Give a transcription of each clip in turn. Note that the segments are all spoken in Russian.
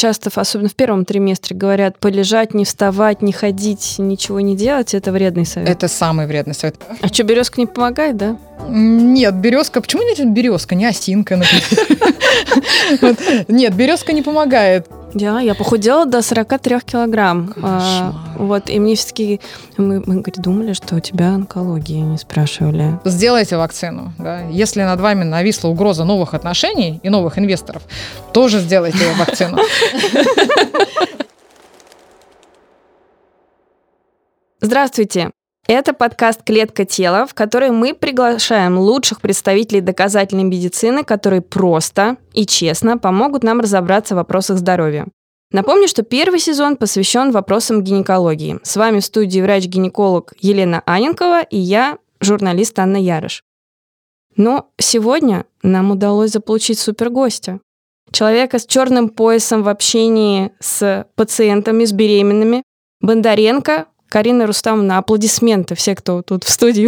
часто, особенно в первом триместре, говорят, полежать, не вставать, не ходить, ничего не делать, это вредный совет. Это самый вредный совет. А что, березка не помогает, да? Нет, березка. Почему не березка, не осинка, например? Нет, березка не помогает. Я похудела до 43 килограмм. Вот, и мне все-таки... Мы думали, что у тебя онкология, не спрашивали. Сделайте вакцину. Да? Если над вами нависла угроза новых отношений и новых инвесторов, тоже сделайте вакцину. Здравствуйте. Это подкаст «Клетка тела», в который мы приглашаем лучших представителей доказательной медицины, которые просто и честно помогут нам разобраться в вопросах здоровья. Напомню, что первый сезон посвящен вопросам гинекологии. С вами в студии врач-гинеколог Елена Аненкова и я, журналист Анна Ярыш. Но сегодня нам удалось заполучить супергостя. Человека с черным поясом в общении с пациентами, с беременными. Бондаренко Карина Рустамовна, аплодисменты все, кто тут в студии.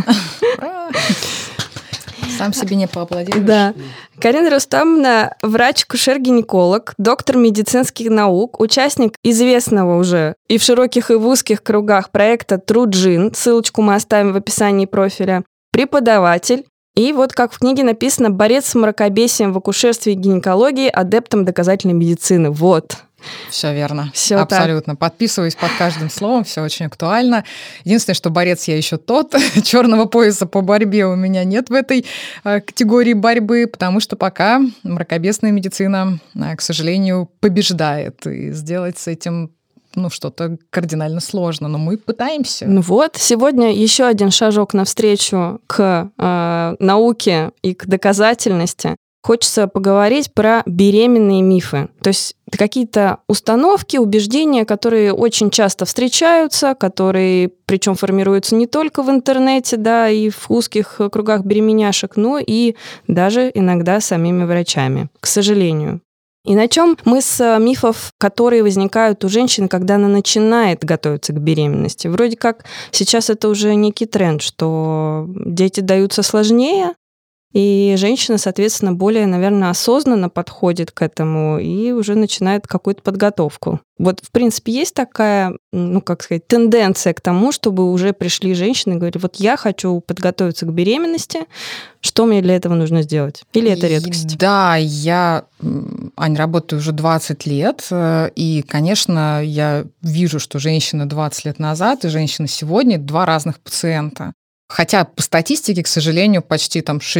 Сам себе не поаплодируешь. Да. Карина Рустамовна – врач-акушер-гинеколог, доктор медицинских наук, участник известного уже и в широких, и в узких кругах проекта True-Gyn, ссылочку мы оставим в описании профиля, преподаватель, и вот как в книге написано, борец с мракобесием в акушерстве и гинекологии, адептом доказательной медицины. Вот. Все верно. Всё абсолютно. Так. Подписываюсь под каждым словом, все очень актуально. Единственное, что борец я еще тот. Черного пояса по борьбе у меня нет в этой категории борьбы, потому что пока мракобесная медицина, к сожалению, побеждает. И сделать с этим что-то кардинально сложно, но мы пытаемся. Вот, сегодня еще один шажок навстречу к науке и к доказательности. Хочется поговорить про беременные мифы. То есть какие-то установки, убеждения, которые очень часто встречаются, которые, причем формируются не только в интернете, да, и в узких кругах беременяшек, но и даже иногда самими врачами, к сожалению. И начнем мы с мифов, которые возникают у женщин, когда она начинает готовиться к беременности. Вроде как сейчас это уже некий тренд, что дети даются сложнее, и женщина, соответственно, более, наверное, осознанно подходит к этому и уже начинает какую-то подготовку. Вот, в принципе, есть такая, тенденция к тому, чтобы уже пришли женщины и говорили, вот я хочу подготовиться к беременности, что мне для этого нужно сделать? Или это редкость? Да, я, Ань, работаю уже 20 лет, и, конечно, я вижу, что женщина 20 лет назад и женщина сегодня – два разных пациента. Хотя по статистике, к сожалению, почти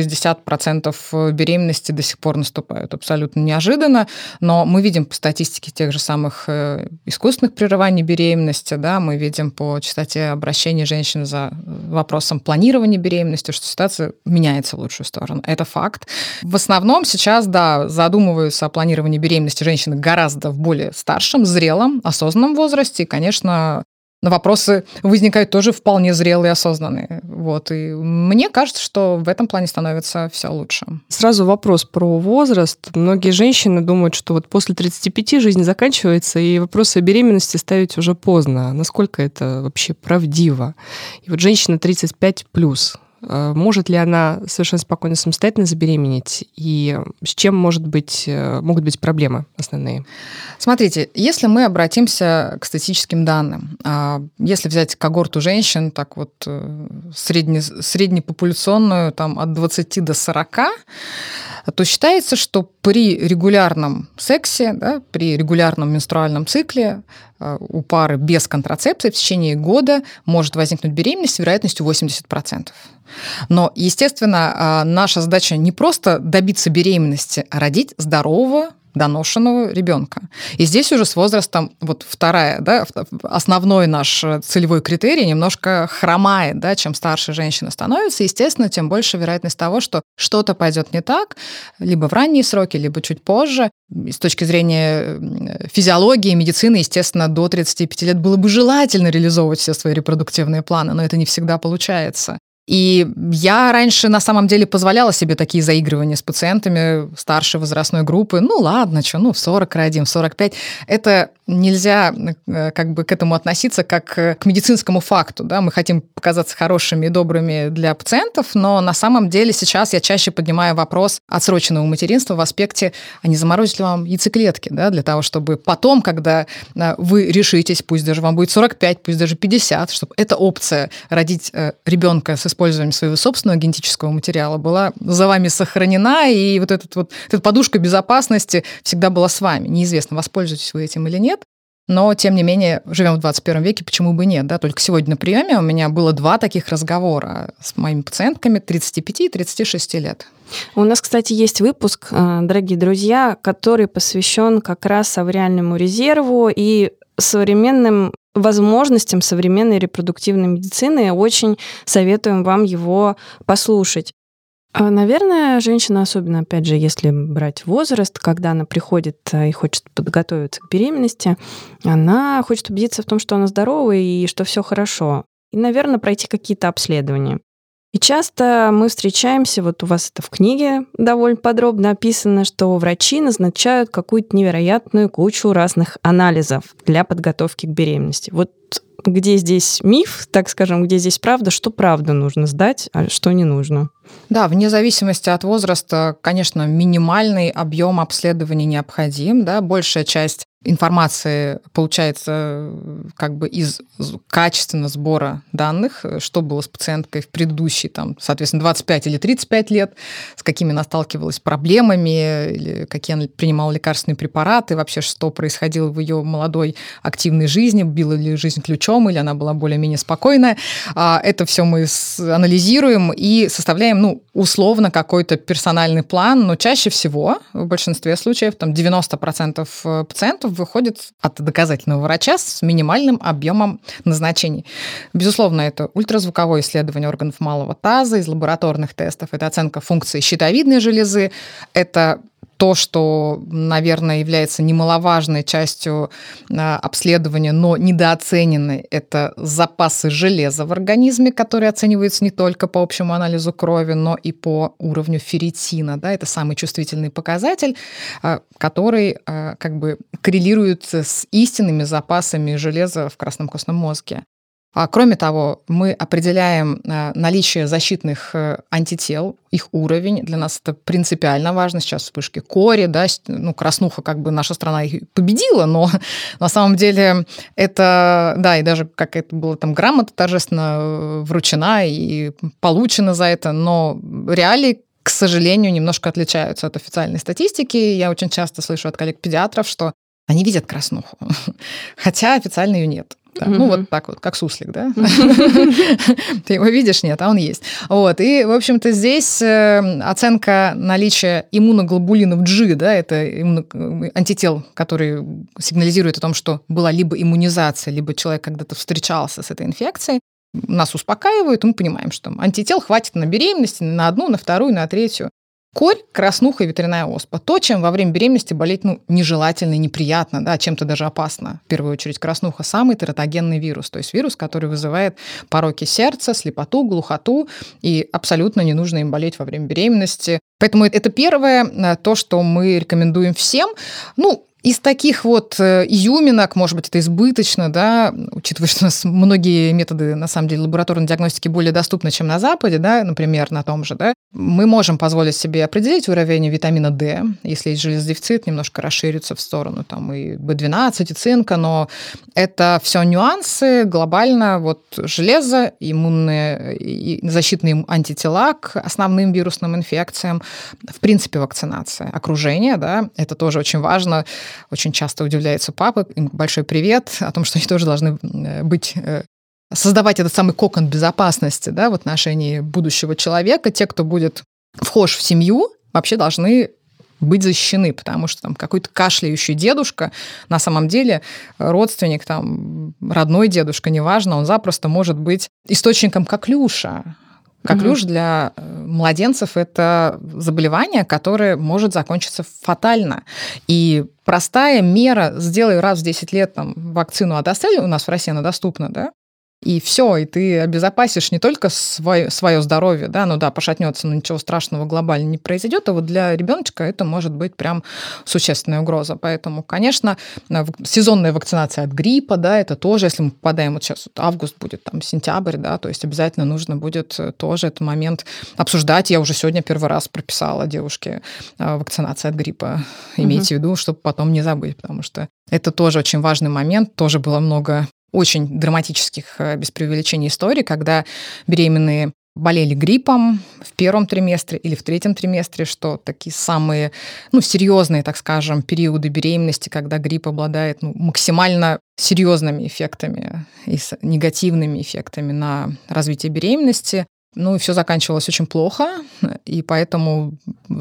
60% беременности до сих пор наступают абсолютно неожиданно, но мы видим по статистике тех же самых искусственных прерываний беременности, да, мы видим по частоте обращений женщин за вопросом планирования беременности, что ситуация меняется в лучшую сторону. Это факт. В основном сейчас, да, задумываются о планировании беременности женщины гораздо в более старшем, зрелом, осознанном возрасте, и, конечно, вопросы возникают тоже вполне зрелые и осознанные. Вот. И мне кажется, что в этом плане становится все лучше. Сразу вопрос про возраст. Многие женщины думают, что вот после 35 жизнь заканчивается, и вопросы о беременности ставить уже поздно. Насколько это вообще правдиво? И вот женщина 35+, может ли она совершенно спокойно самостоятельно забеременеть? И с чем могут быть проблемы основные? Смотрите, если мы обратимся к статистическим данным, если взять когорту женщин, так вот среднепопуляционную, от 20 до 40, то считается, что при регулярном сексе, да, при регулярном менструальном цикле у пары без контрацепции в течение года может возникнуть беременность с вероятностью 80%. Но, естественно, наша задача не просто добиться беременности, а родить здорового, доношенного ребенка. И здесь уже с возрастом вторая, да, основной наш целевой критерий немножко хромает, да, чем старше женщина становится, естественно, тем больше вероятность того, что что-то пойдет не так, либо в ранние сроки, либо чуть позже. С точки зрения физиологии, медицины, естественно, до 35 лет было бы желательно реализовывать все свои репродуктивные планы, но это не всегда получается. И я раньше на самом деле позволяла себе такие заигрывания с пациентами старшей возрастной группы. Ну ладно, в 40 родим, в 45. Это нельзя как бы к этому относиться как к медицинскому факту. Да? Мы хотим показаться хорошими и добрыми для пациентов, но на самом деле сейчас я чаще поднимаю вопрос отсроченного материнства в аспекте, а не заморозить ли вам яйцеклетки, да? Для того, чтобы потом, когда вы решитесь, пусть даже вам будет 45, пусть даже 50, чтобы эта опция родить ребенка с использованием своего собственного генетического материала была за вами сохранена, и вот эта подушка безопасности всегда была с вами. Неизвестно, воспользуетесь вы этим или нет, но, тем не менее, живем в 21 веке, почему бы нет, да? Только сегодня на приеме у меня было 2 таких разговора с моими пациентками 35 и 36 лет. У нас, кстати, есть выпуск, дорогие друзья, который посвящен как раз авриальному резерву и современным возможностям современной репродуктивной медицины. Очень советуем вам его послушать. Наверное, женщина, особенно, опять же, если брать возраст, когда она приходит и хочет подготовиться к беременности, она хочет убедиться в том, что она здорова и что все хорошо. И, наверное, пройти какие-то обследования. И часто мы встречаемся, вот у вас это в книге довольно подробно описано, что врачи назначают какую-то невероятную кучу разных анализов для подготовки к беременности. Вот где здесь миф, так скажем, где здесь правда, что правда нужно сдать, а что не нужно? Да, вне зависимости от возраста, конечно, минимальный объем обследований необходим, да, большая часть информации получается как бы из качественного сбора данных, что было с пациенткой в предыдущие, соответственно, 25 или 35 лет, с какими она сталкивалась проблемами, или какие она принимала лекарственные препараты, вообще что происходило в ее молодой активной жизни, била ли жизнь ключом, или она была более-менее спокойная. Это все мы анализируем и составляем, условно какой-то персональный план, но чаще всего, в большинстве случаев, 90% пациентов выходит от доказательного врача с минимальным объемом назначений. Безусловно, это ультразвуковое исследование органов малого таза, из лабораторных тестов, это оценка функции щитовидной железы, это то, что, наверное, является немаловажной частью обследования, но недооцененной, это запасы железа в организме, которые оцениваются не только по общему анализу крови, но и по уровню ферритина. Да? Это самый чувствительный показатель, который как бы коррелирует с истинными запасами железа в красном костном мозге. Кроме того, мы определяем наличие защитных антител, их уровень. Для нас это принципиально важно. Сейчас вспышки кори, да, краснуха, как бы наша страна их победила, но на самом деле это, да, и даже как это было грамота торжественно вручена и получена за это, но реалии, к сожалению, немножко отличаются от официальной статистики. Я очень часто слышу от коллег-педиатров, что они видят краснуху, хотя официально ее нет. Да, вот так вот, как суслик, да? Ты его видишь? Нет, а он есть. И, в общем-то, здесь оценка наличия иммуноглобулинов G, да, это антител, который сигнализирует о том, что была либо иммунизация, либо человек когда-то встречался с этой инфекцией, нас успокаивают, и мы понимаем, что антител хватит на беременности, на 1, на 2, на 3. Корь, краснуха и ветряная оспа. То, чем во время беременности болеть нежелательно и неприятно, да, чем-то даже опасно. В первую очередь краснуха – самый тератогенный вирус, то есть вирус, который вызывает пороки сердца, слепоту, глухоту, и абсолютно не нужно им болеть во время беременности. Поэтому это первое, то, что мы рекомендуем всем. Из таких изюминок, может быть, это избыточно, да, учитывая, что у нас многие методы, на самом деле, лабораторной диагностики более доступны, чем на Западе, да, например, на том же, да, мы можем позволить себе определить уровень витамина D, если есть железодефицит, немножко расшириться в сторону и B12, и цинка, но это все нюансы, глобально железо, иммунные и защитные антитела к основным вирусным инфекциям, в принципе, вакцинация, окружение, да, это тоже очень важно. Очень часто удивляются папы, им большой привет, о том, что они тоже должны создавать этот самый кокон безопасности, да, в отношении будущего человека. Те, кто будет вхож в семью, вообще должны быть защищены, потому что какой-то кашляющий дедушка, на самом деле родственник, родной дедушка, неважно, он запросто может быть источником коклюша. Коклюш для младенцев – это заболевание, которое может закончиться фатально. И простая мера «сделай раз в 10 лет вакцину от АСЛ», у нас в России она доступна, да, И все, и ты обезопасишь не только свое здоровье, да, ну да, пошатнется, но ничего страшного глобально не произойдет, а вот для ребеночка это может быть прям существенная угроза. Поэтому, конечно, сезонная вакцинация от гриппа, да, это тоже, если мы попадаем, вот сейчас вот август будет, там, сентябрь, да, то есть обязательно нужно будет тоже этот момент обсуждать. Я уже сегодня первый раз прописала девушке вакцинацию от гриппа. Имейте в виду, чтобы потом не забыть, потому что это тоже очень важный момент, тоже было много очень драматических, без преувеличения, историй, когда беременные болели гриппом в первом триместре или в третьем триместре, что такие самые, серьезные, так скажем, периоды беременности, когда грипп обладает максимально серьезными эффектами и с негативными эффектами на развитие беременности. И все заканчивалось очень плохо, и поэтому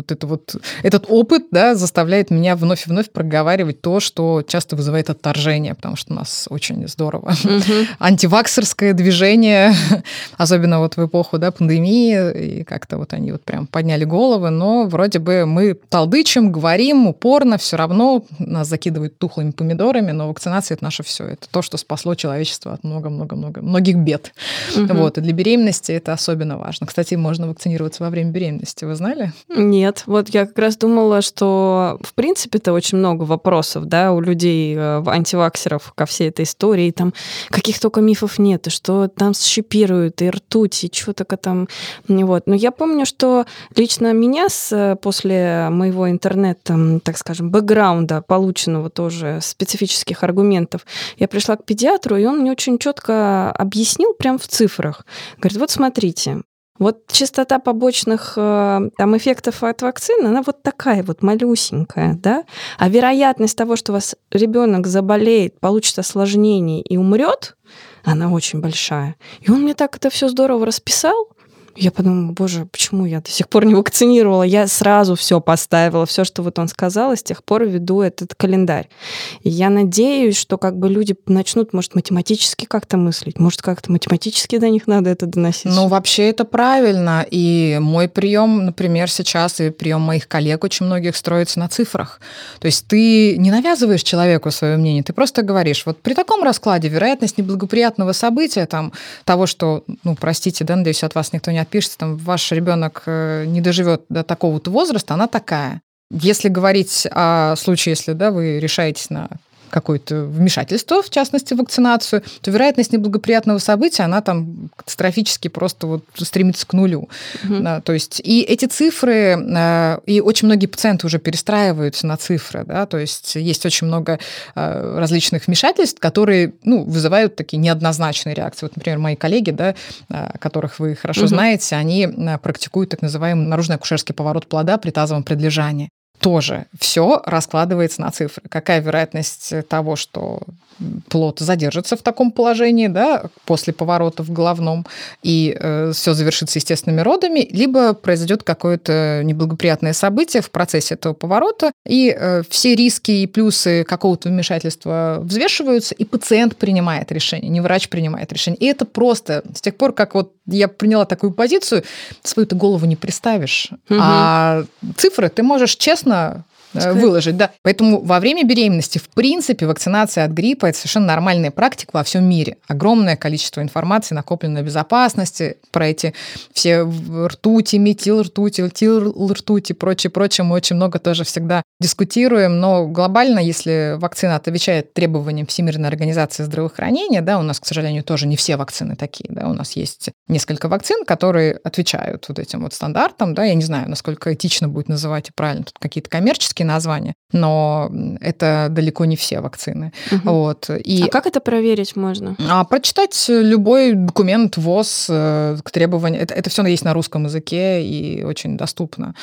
этот опыт, да, заставляет меня вновь и вновь проговаривать то, что часто вызывает отторжение, потому что у нас очень здорово. Антиваксерское движение, особенно вот в эпоху, да, пандемии, и как-то они прям подняли головы, но вроде бы мы толдычим, говорим упорно, все равно нас закидывают тухлыми помидорами, но вакцинация — это наше все, это то, что спасло человечество от многих бед. И для беременности это особенно важно. Кстати, можно вакцинироваться во время беременности. Вы знали? Нет. Вот я как раз думала, что в принципе-то очень много вопросов, да, у людей, антиваксеров ко всей этой истории. Там каких только мифов нет, и что там счипируют, и ртуть, и что только там. Вот. Но я помню, что лично меня после моего интернета, так скажем, бэкграунда, полученного тоже специфических аргументов, я пришла к педиатру, и он мне очень четко объяснил прям в цифрах. Говорит, вот смотрите, вот частота побочных эффектов от вакцины, она вот такая вот малюсенькая, да? А вероятность того, что у вас ребенок заболеет, получит осложнение и умрет, она очень большая. И он мне так это все здорово расписал. Я подумала, боже, почему я до сих пор не вакцинировала? Я сразу все поставила, все, что вот он сказал, и с тех пор веду этот календарь. И я надеюсь, что люди начнут, может, математически как-то мыслить, может, как-то математически до них надо это доносить. Вообще это правильно. И мой прием, например, сейчас, и прием моих коллег очень многих строится на цифрах. То есть ты не навязываешь человеку свое мнение, ты просто говоришь, вот при таком раскладе вероятность неблагоприятного события, того, что, простите, да, надеюсь, от вас никто не отпишется, ваш ребенок не доживет до такого-то возраста, она такая. Если говорить о случае, если, да, вы решаетесь на какое-то вмешательство, в частности, вакцинацию, то вероятность неблагоприятного события, она там катастрофически просто стремится к нулю. Да, то есть и эти цифры, и очень многие пациенты уже перестраиваются на цифры, да, то есть есть очень много различных вмешательств, которые, вызывают такие неоднозначные реакции. Вот, например, мои коллеги, да, которых вы хорошо знаете, они практикуют так называемый наружно-акушерский поворот плода при тазовом предлежании. Тоже все раскладывается на цифры. Какая вероятность того, что плод задержится в таком положении, да, после поворота в головном, и все завершится естественными родами, либо произойдет какое-то неблагоприятное событие в процессе этого поворота, и все риски и плюсы какого-то вмешательства взвешиваются, и пациент принимает решение, не врач принимает решение. И это просто с тех пор, как я приняла такую позицию, свою-то голову не представишь, а цифры ты можешь честно выложить, да. Поэтому во время беременности, в принципе, вакцинация от гриппа – это совершенно нормальная практика во всем мире. Огромное количество информации накоплено о безопасности, про эти все ртути, метилртуть, этилртуть и прочее. Мы очень много тоже всегда дискутируем, но глобально, если вакцина отвечает требованиям Всемирной организации здравоохранения, да, у нас, к сожалению, тоже не все вакцины такие, да, у нас есть несколько вакцин, которые отвечают этим стандартам, да, я не знаю, насколько этично будет называть и правильно тут какие-то коммерческие названия, но это далеко не все вакцины. А как это проверить можно? Прочитать любой документ ВОЗ к требованию. Это все есть на русском языке и очень доступно.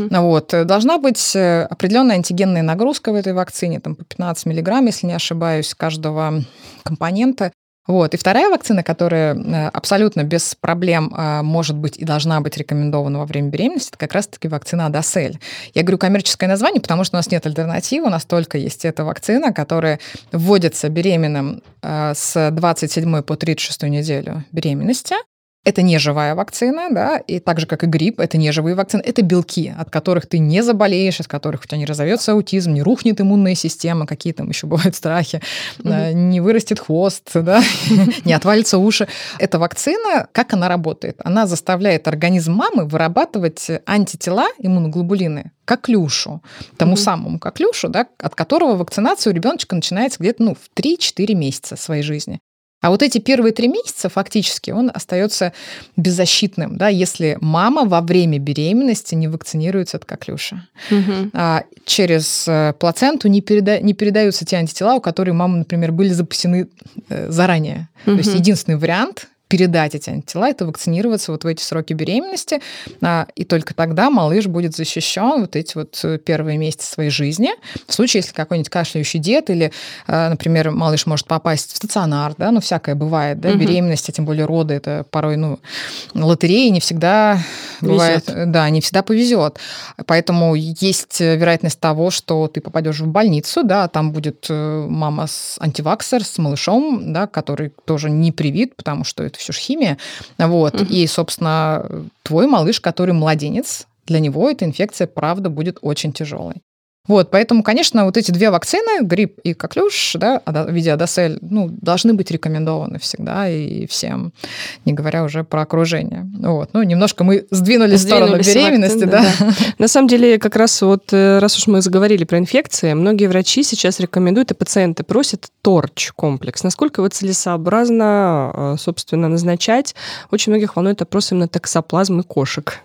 Должна быть определенная антигенная нагрузка в этой вакцине, по 15 миллиграмм, если не ошибаюсь, каждого компонента. И вторая вакцина, которая абсолютно без проблем может быть и должна быть рекомендована во время беременности, это как раз-таки вакцина Adacelь. Я говорю коммерческое название, потому что у нас нет альтернативы, у нас только есть эта вакцина, которая вводится беременным с 27 по 36 неделю беременности. Это не живая вакцина, да, и так же, как и грипп, это не живые вакцины, это белки, от которых ты не заболеешь, от которых у тебя не разовьется аутизм, не рухнет иммунная система, какие там еще бывают страхи, не вырастет хвост, да, не отвалятся уши. Эта вакцина, как она работает? Она заставляет организм мамы вырабатывать антитела, иммуноглобулины, к коклюшу, тому самому коклюшу, да, от которого вакцинация у ребеночка начинается где-то в 3-4 месяца своей жизни. А вот эти первые 3 месяца фактически он остается беззащитным, да, если мама во время беременности не вакцинируется от коклюша. Через плаценту не передаются те антитела, у которых мамы, например, были запасены заранее. То есть единственный вариант передать эти антитела, это вакцинироваться вот в эти сроки беременности, и только тогда малыш будет защищен вот эти вот первые месяцы своей жизни. В случае, если какой-нибудь кашляющий дед или, например, малыш может попасть в стационар, да, всякое бывает, да, беременность, а тем более роды, это порой, лотереи не всегда бывает, да, не всегда повезет. Поэтому есть вероятность того, что ты попадешь в больницу, да, там будет мама антиваксер с малышом, да, который тоже не привит, потому что это все же химия. Вот. И, собственно, твой малыш, который младенец, для него эта инфекция, правда, будет очень тяжелой. Вот, поэтому, конечно, вот эти 2 вакцины, грипп и коклюш, да, в виде Adacelь, должны быть рекомендованы всегда и всем, не говоря уже про окружение. Вот. Немножко мы сдвинулись в сторону беременности. Да. На самом деле, как раз раз уж мы заговорили про инфекции, многие врачи сейчас рекомендуют, и пациенты просят ТОРЧ-комплекс. Насколько его целесообразно, собственно, назначать? Очень многих волнует вопрос именно токсоплазмы кошек.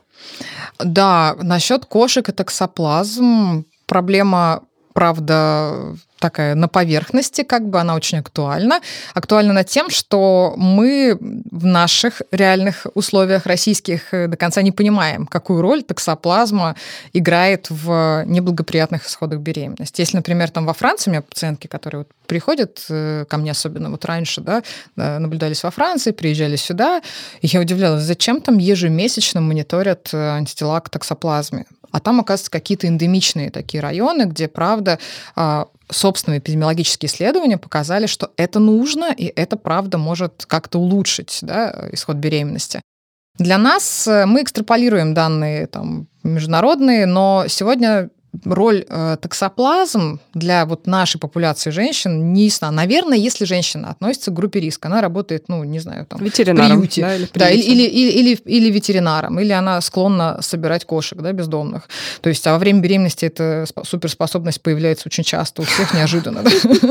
Да, насчет кошек и токсоплазм проблема, правда, такая на поверхности, она очень актуальна. Актуальна над тем, что мы в наших реальных условиях российских до конца не понимаем, какую роль токсоплазма играет в неблагоприятных исходах беременности. Если, например, во Франции у меня пациентки, которые приходят ко мне, особенно раньше, да, наблюдались во Франции, приезжали сюда, и я удивлялась, зачем там ежемесячно мониторят антитела к токсоплазме. А там, оказывается, какие-то эндемичные такие районы, где, правда, собственные эпидемиологические исследования показали, что это нужно, и это, правда, может как-то улучшить, да, исход беременности. Для нас мы экстраполируем данные международные, но сегодня роль токсоплазм для нашей популяции женщин не ясна. Наверное, если женщина относится к группе риска, она работает, ветеринаром, в приюте, или ветеринаром, или она склонна собирать кошек, да, бездомных. То есть, а во время беременности эта суперспособность появляется очень часто у всех неожиданно.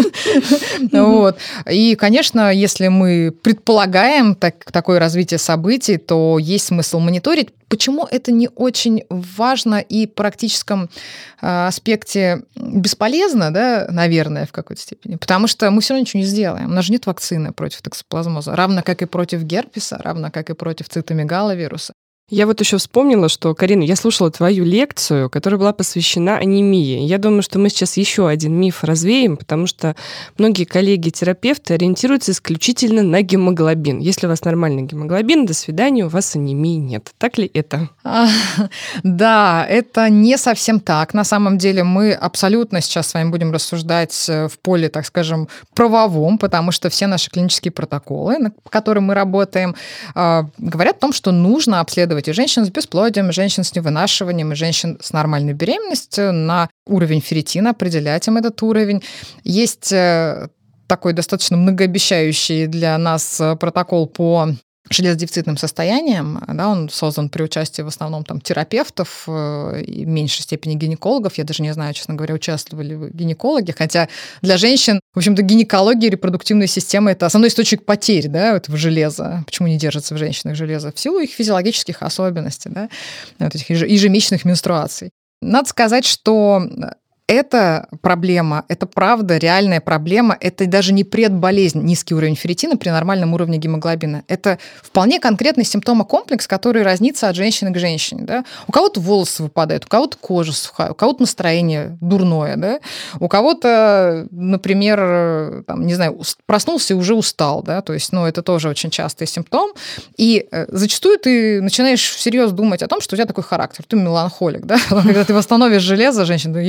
И, конечно, если мы предполагаем такое развитие событий, то есть смысл мониторить. Почему это не очень важно и в практическом аспекте бесполезно, да, наверное, в какой-то степени? Потому что мы все равно ничего не сделаем. У нас же нет вакцины против токсоплазмоза, равно как и против герпеса, равно как и против цитомегаловируса. Я еще вспомнила, что, Карина, я слушала твою лекцию, которая была посвящена анемии. Я думаю, что мы сейчас еще один миф развеем, потому что многие коллеги-терапевты ориентируются исключительно на гемоглобин. Если у вас нормальный гемоглобин, до свидания, у вас анемии нет. Так ли это? Да, это не совсем так. На самом деле мы абсолютно сейчас с вами будем рассуждать в поле, так скажем, правовом, потому что все наши клинические протоколы, по которым мы работаем, говорят о том, что нужно обследовать и женщин с бесплодием, и женщин с невынашиванием, и женщин с нормальной беременностью на уровень ферритина, определять им этот уровень. Есть такой достаточно многообещающий для нас протокол по железодефицитным состояниям, да, он создан при участии в основном терапевтов и в меньшей степени гинекологов. Я даже не знаю, честно говоря, участвовали ли гинекологи, хотя для женщин, в общем-то, гинекология и репродуктивная система – это основной источник потерь, да, этого железа. Почему не держится в женщинах железо? В силу их физиологических особенностей, да, этих ежемесячных менструаций. Надо сказать, что эта проблема, это правда реальная проблема, это даже не предболезнь, низкий уровень ферритина при нормальном уровне гемоглобина. Это вполне конкретный симптомокомплекс, который разнится от женщины к женщине. Да? У кого-то волосы выпадают, у кого-то кожа сухая, у кого-то настроение дурное, да? У кого-то, например, проснулся и уже устал. Да? То есть, это тоже очень частый симптом. И зачастую ты начинаешь всерьез думать о том, что у тебя такой характер, ты меланхолик. Да? Когда ты восстановишь железо, женщина, я ничего себе,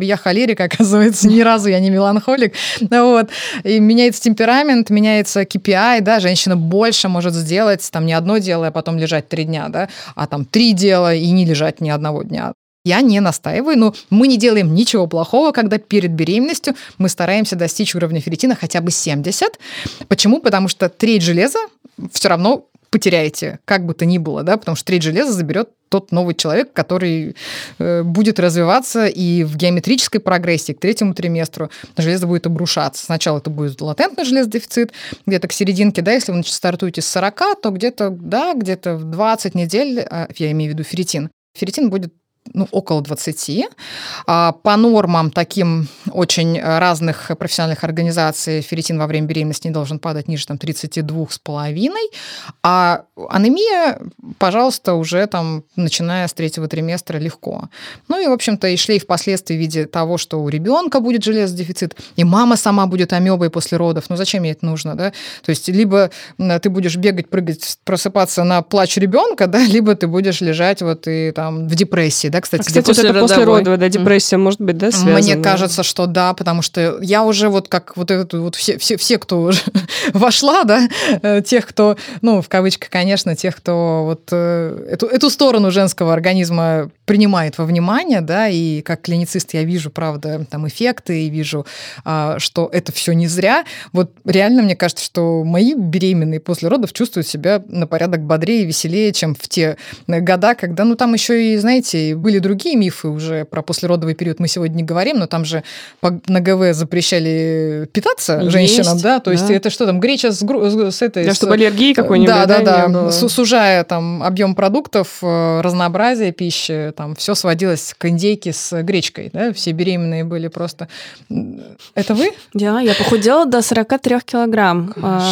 я холерик, оказывается, ни разу я не меланхолик. Вот. И меняется темперамент, меняется KPI, да, женщина больше может сделать, там, не одно дело, а потом лежать 3 дня, да, а там 3 дела и не лежать ни одного дня. Я не настаиваю, но мы не делаем ничего плохого, когда перед беременностью мы стараемся достичь уровня ферритина хотя бы 70. Почему? Потому что треть железа все равно потеряете, как бы то ни было, да, потому что треть железа заберет тот новый человек, который будет развиваться, и в геометрической прогрессии к 3-му триместру железо будет обрушаться. Сначала это будет латентный железодефицит, где-то к серединке, да, если вы стартуете с 40, то где-то в 20 недель, я имею в виду ферритин будет около 20. По нормам таким очень разных профессиональных организаций ферритин во время беременности не должен падать ниже 32,5. А анемия, пожалуйста, уже начиная с 3-го триместра легко. Ну и, в общем-то, и шлейф впоследствии в виде того, что у ребенка будет железодефицит, и мама сама будет амебой после родов. Зачем ей это нужно, да? То есть либо ты будешь бегать, прыгать, просыпаться на плач ребенка, да, либо ты будешь лежать и в депрессии, да, кстати, послеродовая, да, депрессия может быть, да, связана? Мне кажется, что да, потому что я уже все, кто уже вошла, да, тех, кто, в кавычках, конечно, тех, кто эту сторону женского организма принимает во внимание, да, и как клиницист я вижу, правда, эффекты, и вижу, что это все не зря. Реально, мне кажется, что мои беременные после родов чувствуют себя на порядок бодрее и веселее, чем в те года, когда, там еще и, знаете, были другие мифы уже про послеродовый период, мы сегодня не говорим, но там же на ГВ запрещали питаться женщинам, да, то есть это что греча с этой... Да, чтобы аллергии какой-нибудь, да, сужая объем продуктов, разнообразие пищи, все сводилось к индейке с гречкой, да, все беременные были просто... Это вы? Да, я похудела до 43 килограмм.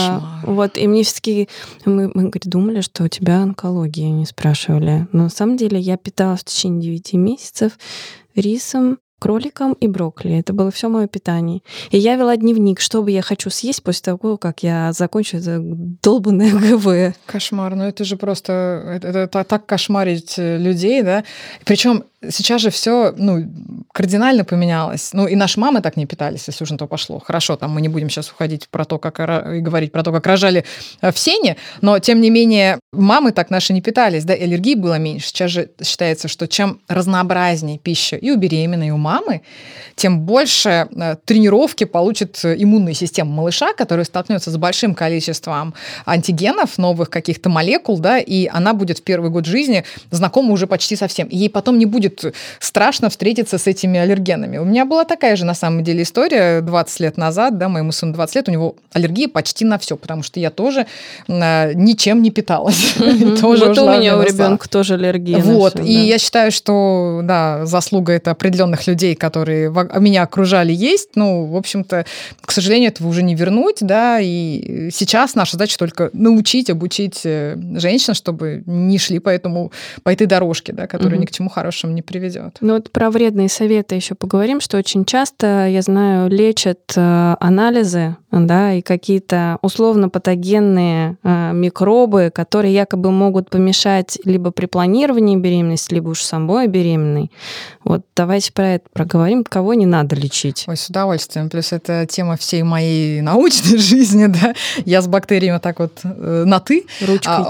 И мне все-таки... Мы думали, что у тебя онкология, не спрашивали. Но на самом деле я питалась в течение 9 месяцев рисом, кроликом и брокколи. Это было все мое питание. И я вела дневник, что бы я хочу съесть после того, как я закончу это долбанное ГВ. Кошмар. Это же просто... Это так кошмарить людей, да? Причем сейчас же все кардинально поменялось. И наши мамы так не питались, если уж на то пошло. Хорошо, мы не будем сейчас уходить и говорить про то, как рожали в сене, но, тем не менее, мамы так наши не питались, да, аллергии было меньше. Сейчас же считается, что чем разнообразнее пища и у беременной, и у мамы, тем больше тренировки получит иммунная система малыша, который столкнется с большим количеством антигенов, новых каких-то молекул, да, и она будет в первый год жизни знакома уже почти со всем. И ей потом не будет страшно встретиться с этими аллергенами. У меня была такая же, на самом деле, история 20 лет назад, да, моему сыну 20 лет, у него аллергия почти на все, потому что я тоже ничем не питалась. Тоже у меня у ребенка тоже аллергия. И я считаю, что, да, заслуга это определенных людей, которые меня окружали, есть. В общем-то, к сожалению, этого уже не вернуть, да, и сейчас наша задача только научить, обучить женщин, чтобы не шли по этой дорожке, да, которая ни к чему хорошему не приведет. Про вредные советы еще поговорим, что очень часто, я знаю, лечат анализы, да, и какие-то условно-патогенные микробы, которые якобы могут помешать либо при планировании беременности, либо уж самой беременной. Давайте про это проговорим, кого не надо лечить. Ой, с удовольствием. Плюс это тема всей моей научной жизни, да. Я с бактериями на «ты». Ручкой.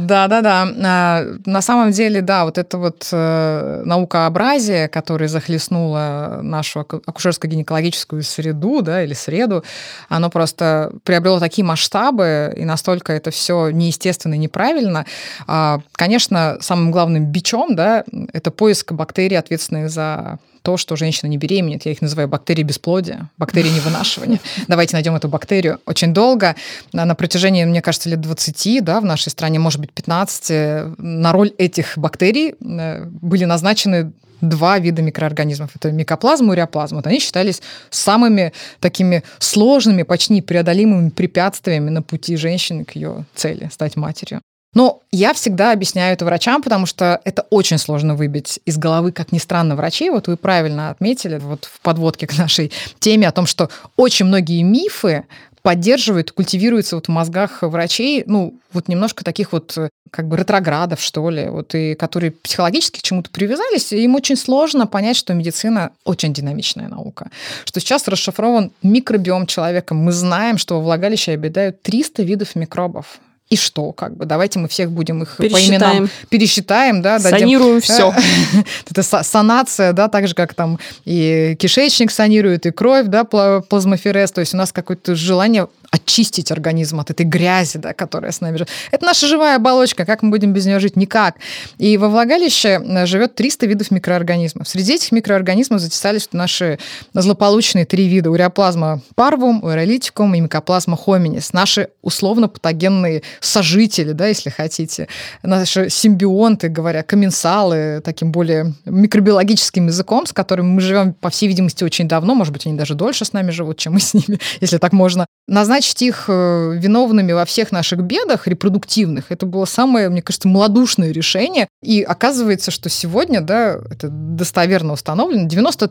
Да. На самом деле, да, это наукообразие, которое захлестнуло нашу акушерско-гинекологическую среду, да, или среду, оно просто приобрело такие масштабы, и настолько это все неестественно и неправильно. Конечно, самым главным бичом, да, это поиск бактерий, ответственных за то, что женщина не беременеет. Я их называю бактерии бесплодия, бактерии невынашивания. Давайте найдем эту бактерию. Очень долго, на протяжении, мне кажется, лет 20, да, в нашей стране, может быть, 15, на роль этих бактерий были назначены 2 вида микроорганизмов. Это микоплазма и уреоплазма. Они считались самыми такими сложными, почти непреодолимыми препятствиями на пути женщины к ее цели – стать матерью. Но я всегда объясняю это врачам, потому что это очень сложно выбить из головы, как ни странно, врачей. Вы правильно отметили в подводке к нашей теме о том, что очень многие мифы поддерживает, культивируется вот в мозгах врачей, вот немножко таких вот как бы ретроградов, что ли, вот, и которые психологически к чему-то привязались, и им очень сложно понять, что медицина очень динамичная наука, что сейчас расшифрован микробиом человека. Мы знаем, что во влагалище обитают 300 видов микробов. И что, как бы, давайте мы всех будем их по именам пересчитаем, да, санируем все. Это санация, да, так же, как там и кишечник санирует, и кровь, да, плазмоферез, то есть у нас какое-то желание очистить организм от этой грязи, да, которая с нами живет. Это наша живая оболочка, как мы будем без нее жить? Никак. И во влагалище живет 300 видов микроорганизмов. Среди этих микроорганизмов затесались наши злополучные 3 вида: уреоплазма парвум, уреолитикум и микоплазма хоминис. Наши условно-патогенные сожители, да, если хотите, наши симбионты, говоря, комменсалы, таким более микробиологическим языком, с которым мы живем, по всей видимости, очень давно, может быть, они даже дольше с нами живут, чем мы с ними, если так можно. Назначить их виновными во всех наших бедах репродуктивных, это было самое, мне кажется, малодушное решение. И оказывается, что сегодня, да, это достоверно установлено,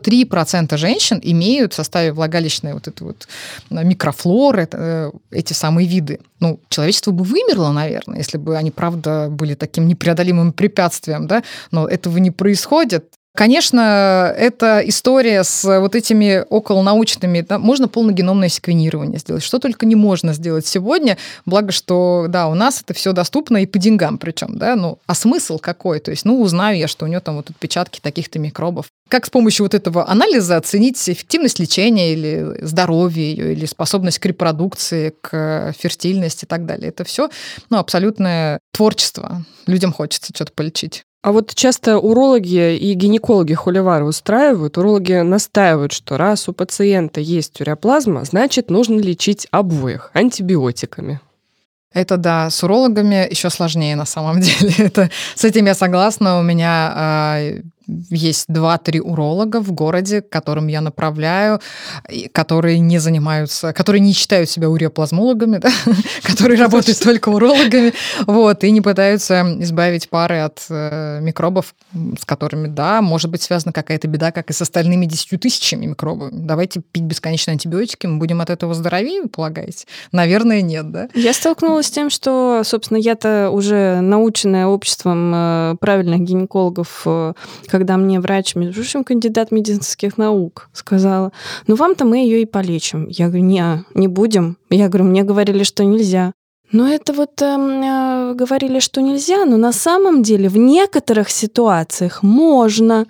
93% женщин имеют в составе влагалищной вот этой вот микрофлоры, эти самые виды. Человечество бы вымерло, наверное, если бы они, правда, были таким непреодолимым препятствием, да, но этого не происходит. Конечно, эта история с вот этими околонаучными, да, можно полногеномное секвенирование сделать, что только не можно сделать сегодня, благо, что, да, у нас это все доступно и по деньгам причем, да, а смысл какой? То есть, узнаю я, что у нее там вот отпечатки таких-то микробов. Как с помощью вот этого анализа оценить эффективность лечения или здоровье ее, или способность к репродукции, к фертильности и так далее. Это все, абсолютное творчество. Людям хочется что-то полечить. А вот часто урологи и гинекологи холивары устраивают. Урологи настаивают, что раз у пациента есть уреоплазма, значит, нужно лечить обоих антибиотиками. Это да, с урологами еще сложнее на самом деле. С этим я согласна. У меня есть 2-3 уролога в городе, к которым я направляю, которые не занимаются, которые не считают себя уреоплазмологами, да? Которые работают только урологами, и не пытаются избавить пары от микробов, с которыми, да, может быть связана какая-то беда, как и с остальными 10 тысячами микробов. Давайте пить бесконечно антибиотики, мы будем от этого здоровее, вы полагаете? Наверное, нет, да? Я столкнулась с тем, что, собственно, я-то уже наученная обществом правильных гинекологов, когда мне врач, между прочим, кандидат медицинских наук, сказала, вам-то мы ее и полечим. Я говорю, не будем. Я говорю, мне говорили, что нельзя. Но это говорили, что нельзя, но на самом деле в некоторых ситуациях можно.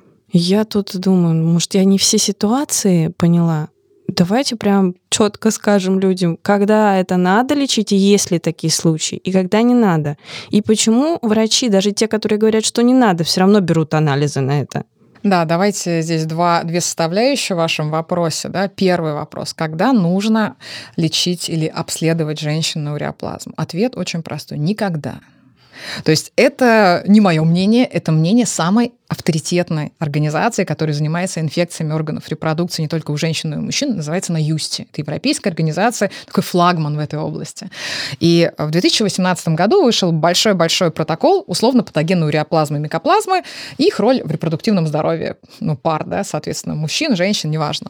Я тут думаю, может, я не все ситуации поняла. Давайте прям четко скажем людям, когда это надо лечить, и есть ли такие случаи, и когда не надо. И почему врачи, даже те, которые говорят, что не надо, все равно берут анализы на это. Да, давайте здесь две составляющие в вашем вопросе. Да. Первый вопрос. Когда нужно лечить или обследовать женщину на уреоплазму? Ответ очень простой. Никогда. То есть это не мое мнение, это мнение самой авторитетной организации, которая занимается инфекциями органов репродукции не только у женщин, но и у мужчин, называется НАЮСТИ. Это европейская организация, такой флагман в этой области. И в 2018 году вышел большой-большой протокол условно-патогенной уреоплазмы и микоплазмы и их роль в репродуктивном здоровье пар, да, соответственно, мужчин, женщин, неважно.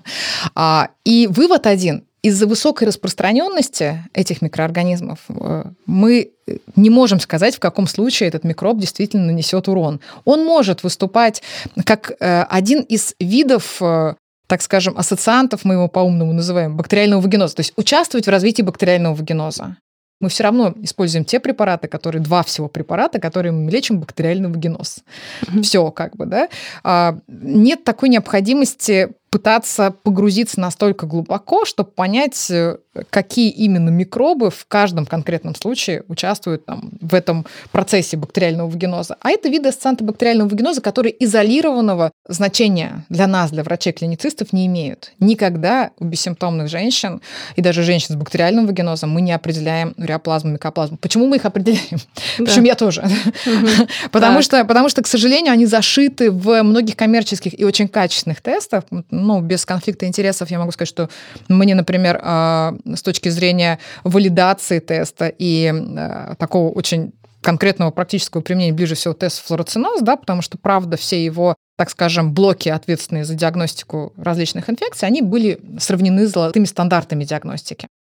И вывод один. Из-за высокой распространенности этих микроорганизмов мы не можем сказать, в каком случае этот микроб действительно нанесет урон. Он может выступать как один из видов, так скажем, ассоциантов, мы его по-умному называем, бактериального вагиноза, то есть участвовать в развитии бактериального вагиноза. Мы все равно используем те препараты, два всего препарата, которые мы лечим бактериальный вагиноз. Все как бы, да. Нет такой необходимости пытаться погрузиться настолько глубоко, чтобы понять, какие именно микробы в каждом конкретном случае участвуют в этом процессе бактериального вагиноза. А это виды ассоцианта бактериального вагиноза, которые изолированного значения для нас, для врачей-клиницистов, не имеют. Никогда у бессимптомных женщин и даже женщин с бактериальным вагинозом мы не определяем уреоплазму, микоплазму. Почему мы их определяем? В общем, я тоже. Потому что, к сожалению, они зашиты в многих коммерческих и очень качественных тестах. Без конфликта интересов я могу сказать, что мне, например, с точки зрения валидации теста и такого очень конкретного практического применения ближе всего тест флуороциноз, да, потому что, правда, все его, так скажем, блоки, ответственные за диагностику различных инфекций, они были сравнены с золотыми стандартами диагностики.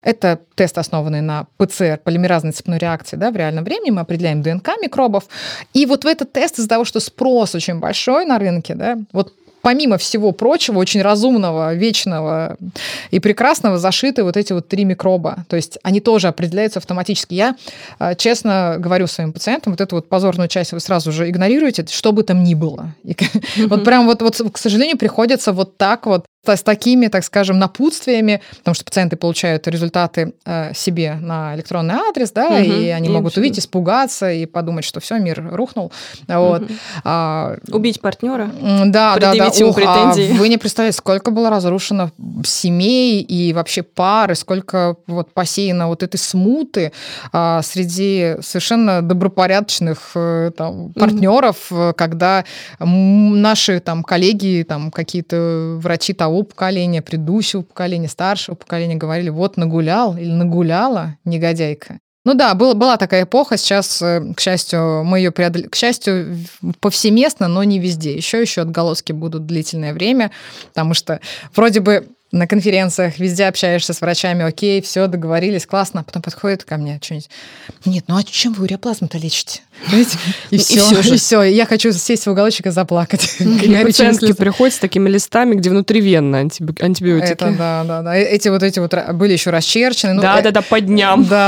Это тест, основанный на ПЦР, полимеразной цепной реакции, да, в реальном времени. Мы определяем ДНК микробов. И вот в этот тест из-за того, что спрос очень большой на рынке, да, вот помимо всего прочего, очень разумного, вечного и прекрасного, зашиты вот эти вот 3 микроба. То есть они тоже определяются автоматически. Я честно говорю своим пациентам, вот эту вот позорную часть вы сразу же игнорируете, что бы там ни было. И вот прям вот, к сожалению, приходится вот так вот с такими, так скажем, напутствиями, потому что пациенты получают результаты себе на электронный адрес, да, и они могут увидеть, испугаться и подумать, что все, мир рухнул. Вот. Убить партнера, предъявить ему претензии. Вы не представляете, сколько было разрушено семей и вообще пар, и сколько вот посеяно вот этой смуты среди совершенно добропорядочных там, партнеров, когда наши там коллеги, там какие-то врачи того поколения, предыдущего поколения, старшего поколения говорили, вот нагулял или нагуляла негодяйка. Ну да, была такая эпоха, сейчас, к счастью, мы ее преодолели, к счастью, повсеместно, но не везде. Еще отголоски будут длительное время, потому что вроде бы на конференциях везде общаешься с врачами, окей, все, договорились, классно, а потом подходит ко мне что-нибудь. Нет, ну а чем вы уреаплазму-то лечите? И все. Я хочу сесть в уголочек и заплакать. Пациентки приходят с такими листами, где внутривенно антибиотики. Это, да. Эти вот были еще расчерчены. Да, по дням. Да.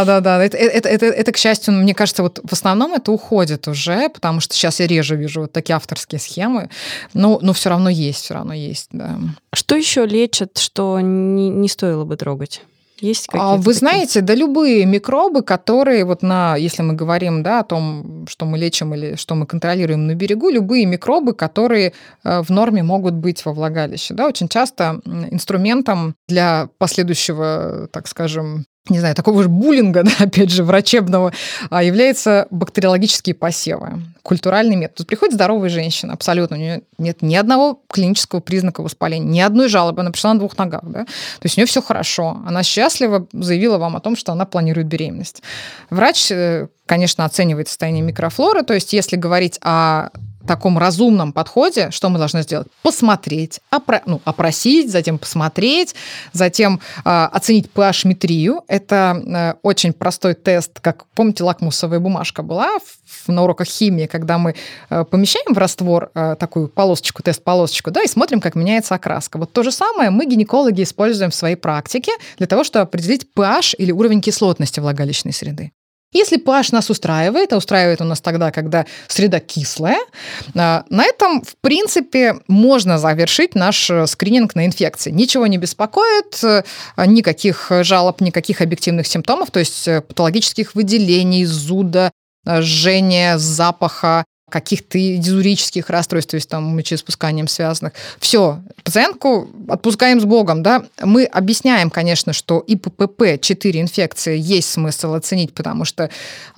Это, к счастью, мне кажется, вот в основном это уходит уже, потому что сейчас я реже вижу вот такие авторские схемы, но все равно есть, да. Что еще лечат, что не стоило бы трогать? Есть какие-то вы знаете, да любые микробы, которые вот если мы говорим, да, о том, что мы лечим или что мы контролируем на берегу, любые микробы, которые в норме могут быть во влагалище. Да, очень часто инструментом для последующего, так скажем, не знаю, такого же буллинга, да, опять же, врачебного, являются бактериологические посевы. Культуральный метод. Тут приходит здоровая женщина, абсолютно, у нее нет ни одного клинического признака воспаления, ни одной жалобы, она пришла на 2 ногах, да, то есть у нее все хорошо, она счастливо заявила вам о том, что она планирует беременность. Врач, конечно, оценивает состояние микрофлоры, то есть если говорить о таком разумном подходе, что мы должны сделать? Посмотреть, опросить, затем посмотреть, затем оценить pH-метрию. Это очень простой тест, как, помните, лакмусовая бумажка была на уроках химии, когда мы помещаем в раствор такую полосочку, тест-полосочку, да, и смотрим, как меняется окраска. Вот то же самое мы, гинекологи, используем в своей практике для того, чтобы определить pH или уровень кислотности влагалищной среды. Если pH нас устраивает, а устраивает он нас тогда, когда среда кислая, на этом, в принципе, можно завершить наш скрининг на инфекции. Ничего не беспокоит, никаких жалоб, никаких объективных симптомов, то есть патологических выделений, зуда, жжения, запаха, каких-то дизурических расстройств, то есть там мочеиспусканием связанных. Все, пациентку отпускаем с Богом, да. Мы объясняем, конечно, что и ППП 4 инфекции есть смысл оценить, потому что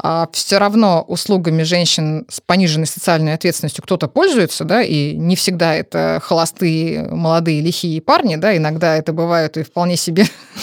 все равно услугами женщин с пониженной социальной ответственностью кто-то пользуется, да, и не всегда это холостые, молодые, лихие парни, да, иногда это бывают и вполне себе...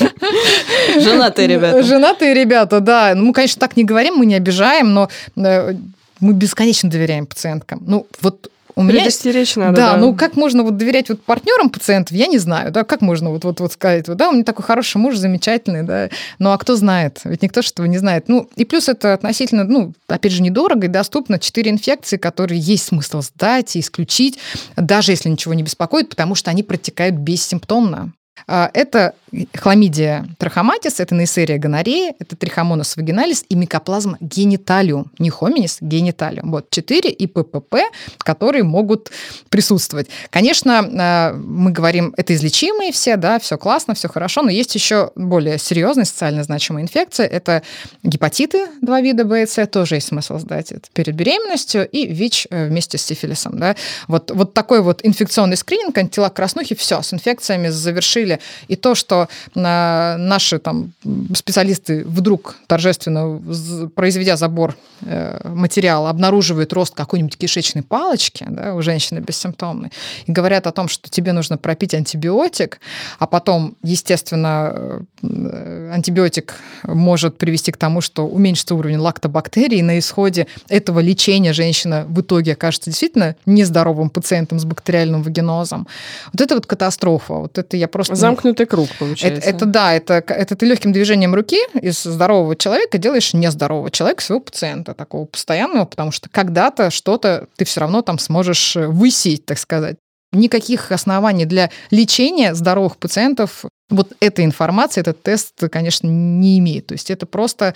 Женатые ребята. Женатые ребята, да. Мы, конечно, так не говорим, мы не обижаем, но... Мы бесконечно доверяем пациенткам. Ну, вот у меня... Предостеречь надо, да. Ну, как можно вот доверять вот партнерам пациентов, я не знаю, да, как можно вот сказать, да, у меня такой хороший муж, замечательный, да, ну, а кто знает? Ведь никто же этого не знает. Ну, и плюс это относительно, опять же, недорого и доступно. 4 инфекции, которые есть смысл сдать и исключить, даже если ничего не беспокоит, потому что они протекают бессимптомно. Это хламидия трахоматис, это нейсерия гонорея, это трихомонас вагиналис и микоплазма гениталиум. Не хоминис, гениталиум. Вот 4 и ППП, которые могут присутствовать. Конечно, мы говорим, это излечимые все, да, все классно, все хорошо, но есть еще более серьезная социально значимая инфекция. Это гепатиты 2 вида Б и С, тоже есть смысл сдать это перед беременностью, и ВИЧ вместе с сифилисом. Да. Вот такой вот инфекционный скрининг, антитела к краснухе, все, с инфекциями завершили. И то, что наши там специалисты вдруг торжественно, произведя забор материала, обнаруживают рост какой-нибудь кишечной палочки, да, у женщины бессимптомной, и говорят о том, что тебе нужно пропить антибиотик, а потом, естественно, антибиотик может привести к тому, что уменьшится уровень лактобактерий, и на исходе этого лечения женщина в итоге окажется действительно нездоровым пациентом с бактериальным вагинозом. Вот это вот катастрофа. Вот это я просто... Замкнутый круг получается. получается. Это ты легким движением руки из здорового человека делаешь нездорового человека, своего пациента, такого постоянного, потому что когда-то что-то ты все равно там сможешь высеять, так сказать. Никаких оснований для лечения здоровых пациентов вот эта информация, этот тест, конечно, не имеет. То есть это просто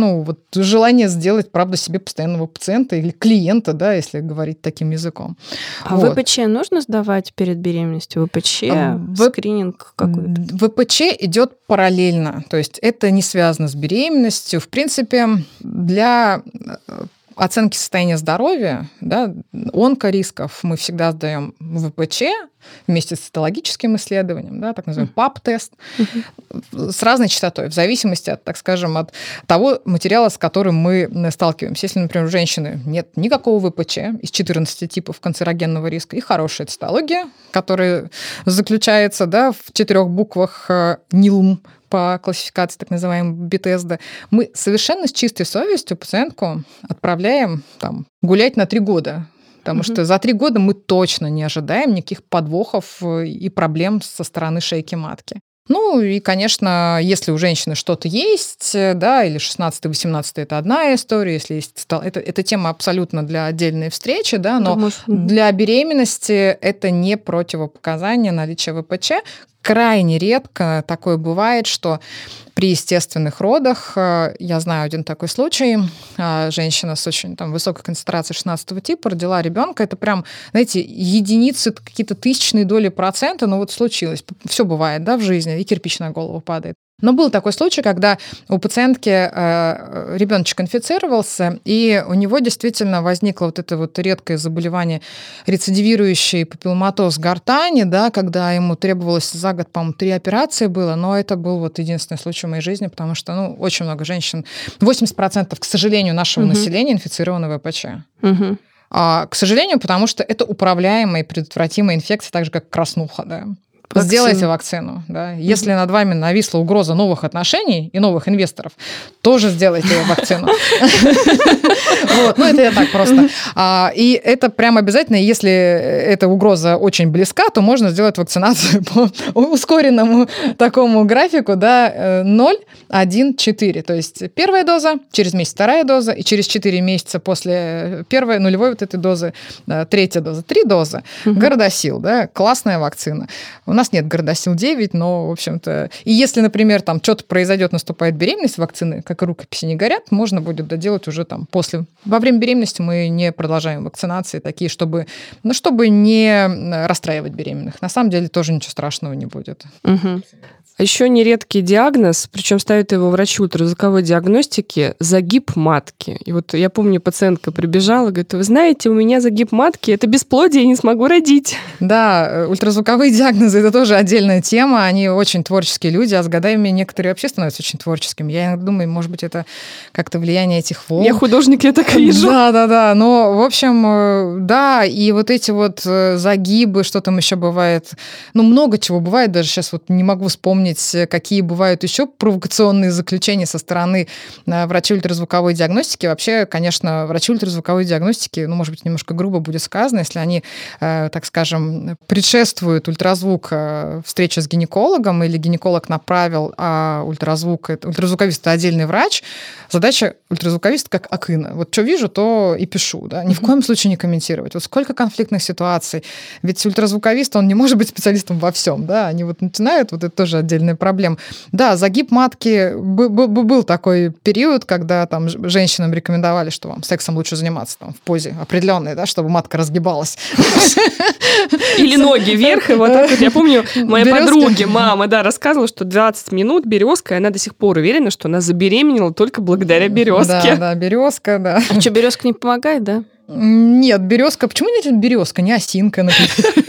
желание сделать, правда, себе постоянного пациента или клиента, да, если говорить таким языком. А ВПЧ нужно сдавать перед беременностью? ВПЧ, скрининг какой-то? ВПЧ идет параллельно. То есть это не связано с беременностью. В принципе, для оценки состояния здоровья, да, онкорисков мы всегда сдаем ВПЧ вместе с цитологическим исследованием, да, так называемый ПАП-тест, с разной частотой, в зависимости от, так скажем, от того материала, с которым мы сталкиваемся. Если, например, у женщины нет никакого ВПЧ из 14 типов канцерогенного риска и хорошая цитология, которая заключается, да, в 4 буквах НИЛМ, по классификации так называемого Бетезда, мы совершенно с чистой совестью пациентку отправляем гулять на 3 года. Потому что за 3 года мы точно не ожидаем никаких подвохов и проблем со стороны шейки матки. Ну и, конечно, если у женщины что-то есть, да, или 16-18 это одна история, если есть, это тема абсолютно для отдельной встречи, да, но для беременности это не противопоказание наличия ВПЧ. Крайне редко такое бывает, что при естественных родах, я знаю один такой случай, женщина с очень высокой концентрацией 16 типа родила ребенка, это прям, знаете, единицы, какие-то тысячные доли процента, но вот случилось. Все бывает, да, в жизни, и кирпич на голову падает. Но был такой случай, когда у пациентки ребеночек инфицировался, и у него действительно возникло вот это вот редкое заболевание, рецидивирующий папилломатоз гортани, да, когда ему требовалось за год, по-моему, 3 операции было, но это был вот единственный случай в моей жизни, потому что, очень много женщин, 80%, к сожалению, нашего населения инфицированы ВПЧ. К сожалению, потому что это управляемая и предотвратимая инфекция, так же, как краснуха, да. Сделайте вакцину. Да. Если над вами нависла угроза новых отношений и новых инвесторов, тоже сделайте вакцину. Это я так просто. И это прям обязательно, если эта угроза очень близка, то можно сделать вакцинацию по ускоренному такому графику, да, 0, 1, 4. То есть первая доза, через месяц 2 доза, и через 4 месяца после первой нулевой вот этой дозы 3 доза. 3 дозы. Гордосил, да, классная вакцина. У нас нет Гордосил-9, но, в общем-то... И если, например, что-то произойдет, наступает беременность, вакцины, как и рукописи, не горят, можно будет доделать уже после. Во время беременности мы не продолжаем вакцинации такие, чтобы не расстраивать беременных. На самом деле тоже ничего страшного не будет. Еще нередкий диагноз, причем ставят его врачи ультразвуковой диагностики, загиб матки. И вот я помню, пациентка прибежала, говорит: вы знаете, у меня загиб матки, это бесплодие, я не смогу родить. Да, ультразвуковые диагнозы – это тоже отдельная тема, они очень творческие люди, а с годами некоторые вообще становятся очень творческими. Я иногда думаю, может быть, это как-то влияние этих волн. Я художник, я так вижу. Да, но, в общем, да, и вот эти вот загибы, что там еще бывает, много чего бывает, даже сейчас вот не могу вспомнить, какие бывают еще провокационные заключения со стороны врачей ультразвуковой диагностики. Вообще, конечно, врачи ультразвуковой диагностики, может быть, немножко грубо будет сказано, если они, так скажем, предшествуют ультразвук встрече с гинекологом, или гинеколог направил, а ультразвуковист – это отдельный врач. Задача ультразвуковиста как акына. Вот что вижу, то и пишу. Да? Ни в коем случае не комментировать. Вот сколько конфликтных ситуаций. Ведь ультразвуковист, он не может быть специалистом во всем. Да? Они вот начинают, вот это тоже отдельная проблема. Да, загиб матки, был такой период, когда женщинам рекомендовали, что вам сексом лучше заниматься в позе определенной, да, чтобы матка разгибалась. Или ноги вверх, и вот так вот. Я помню, моя подруга, мама, рассказывала, что 20 минут березка, и она до сих пор уверена, что она забеременела только благодаря березке. Да, березка, да. А что, березка не помогает, да? Нет, березка. Почему не березка, не осинка, например?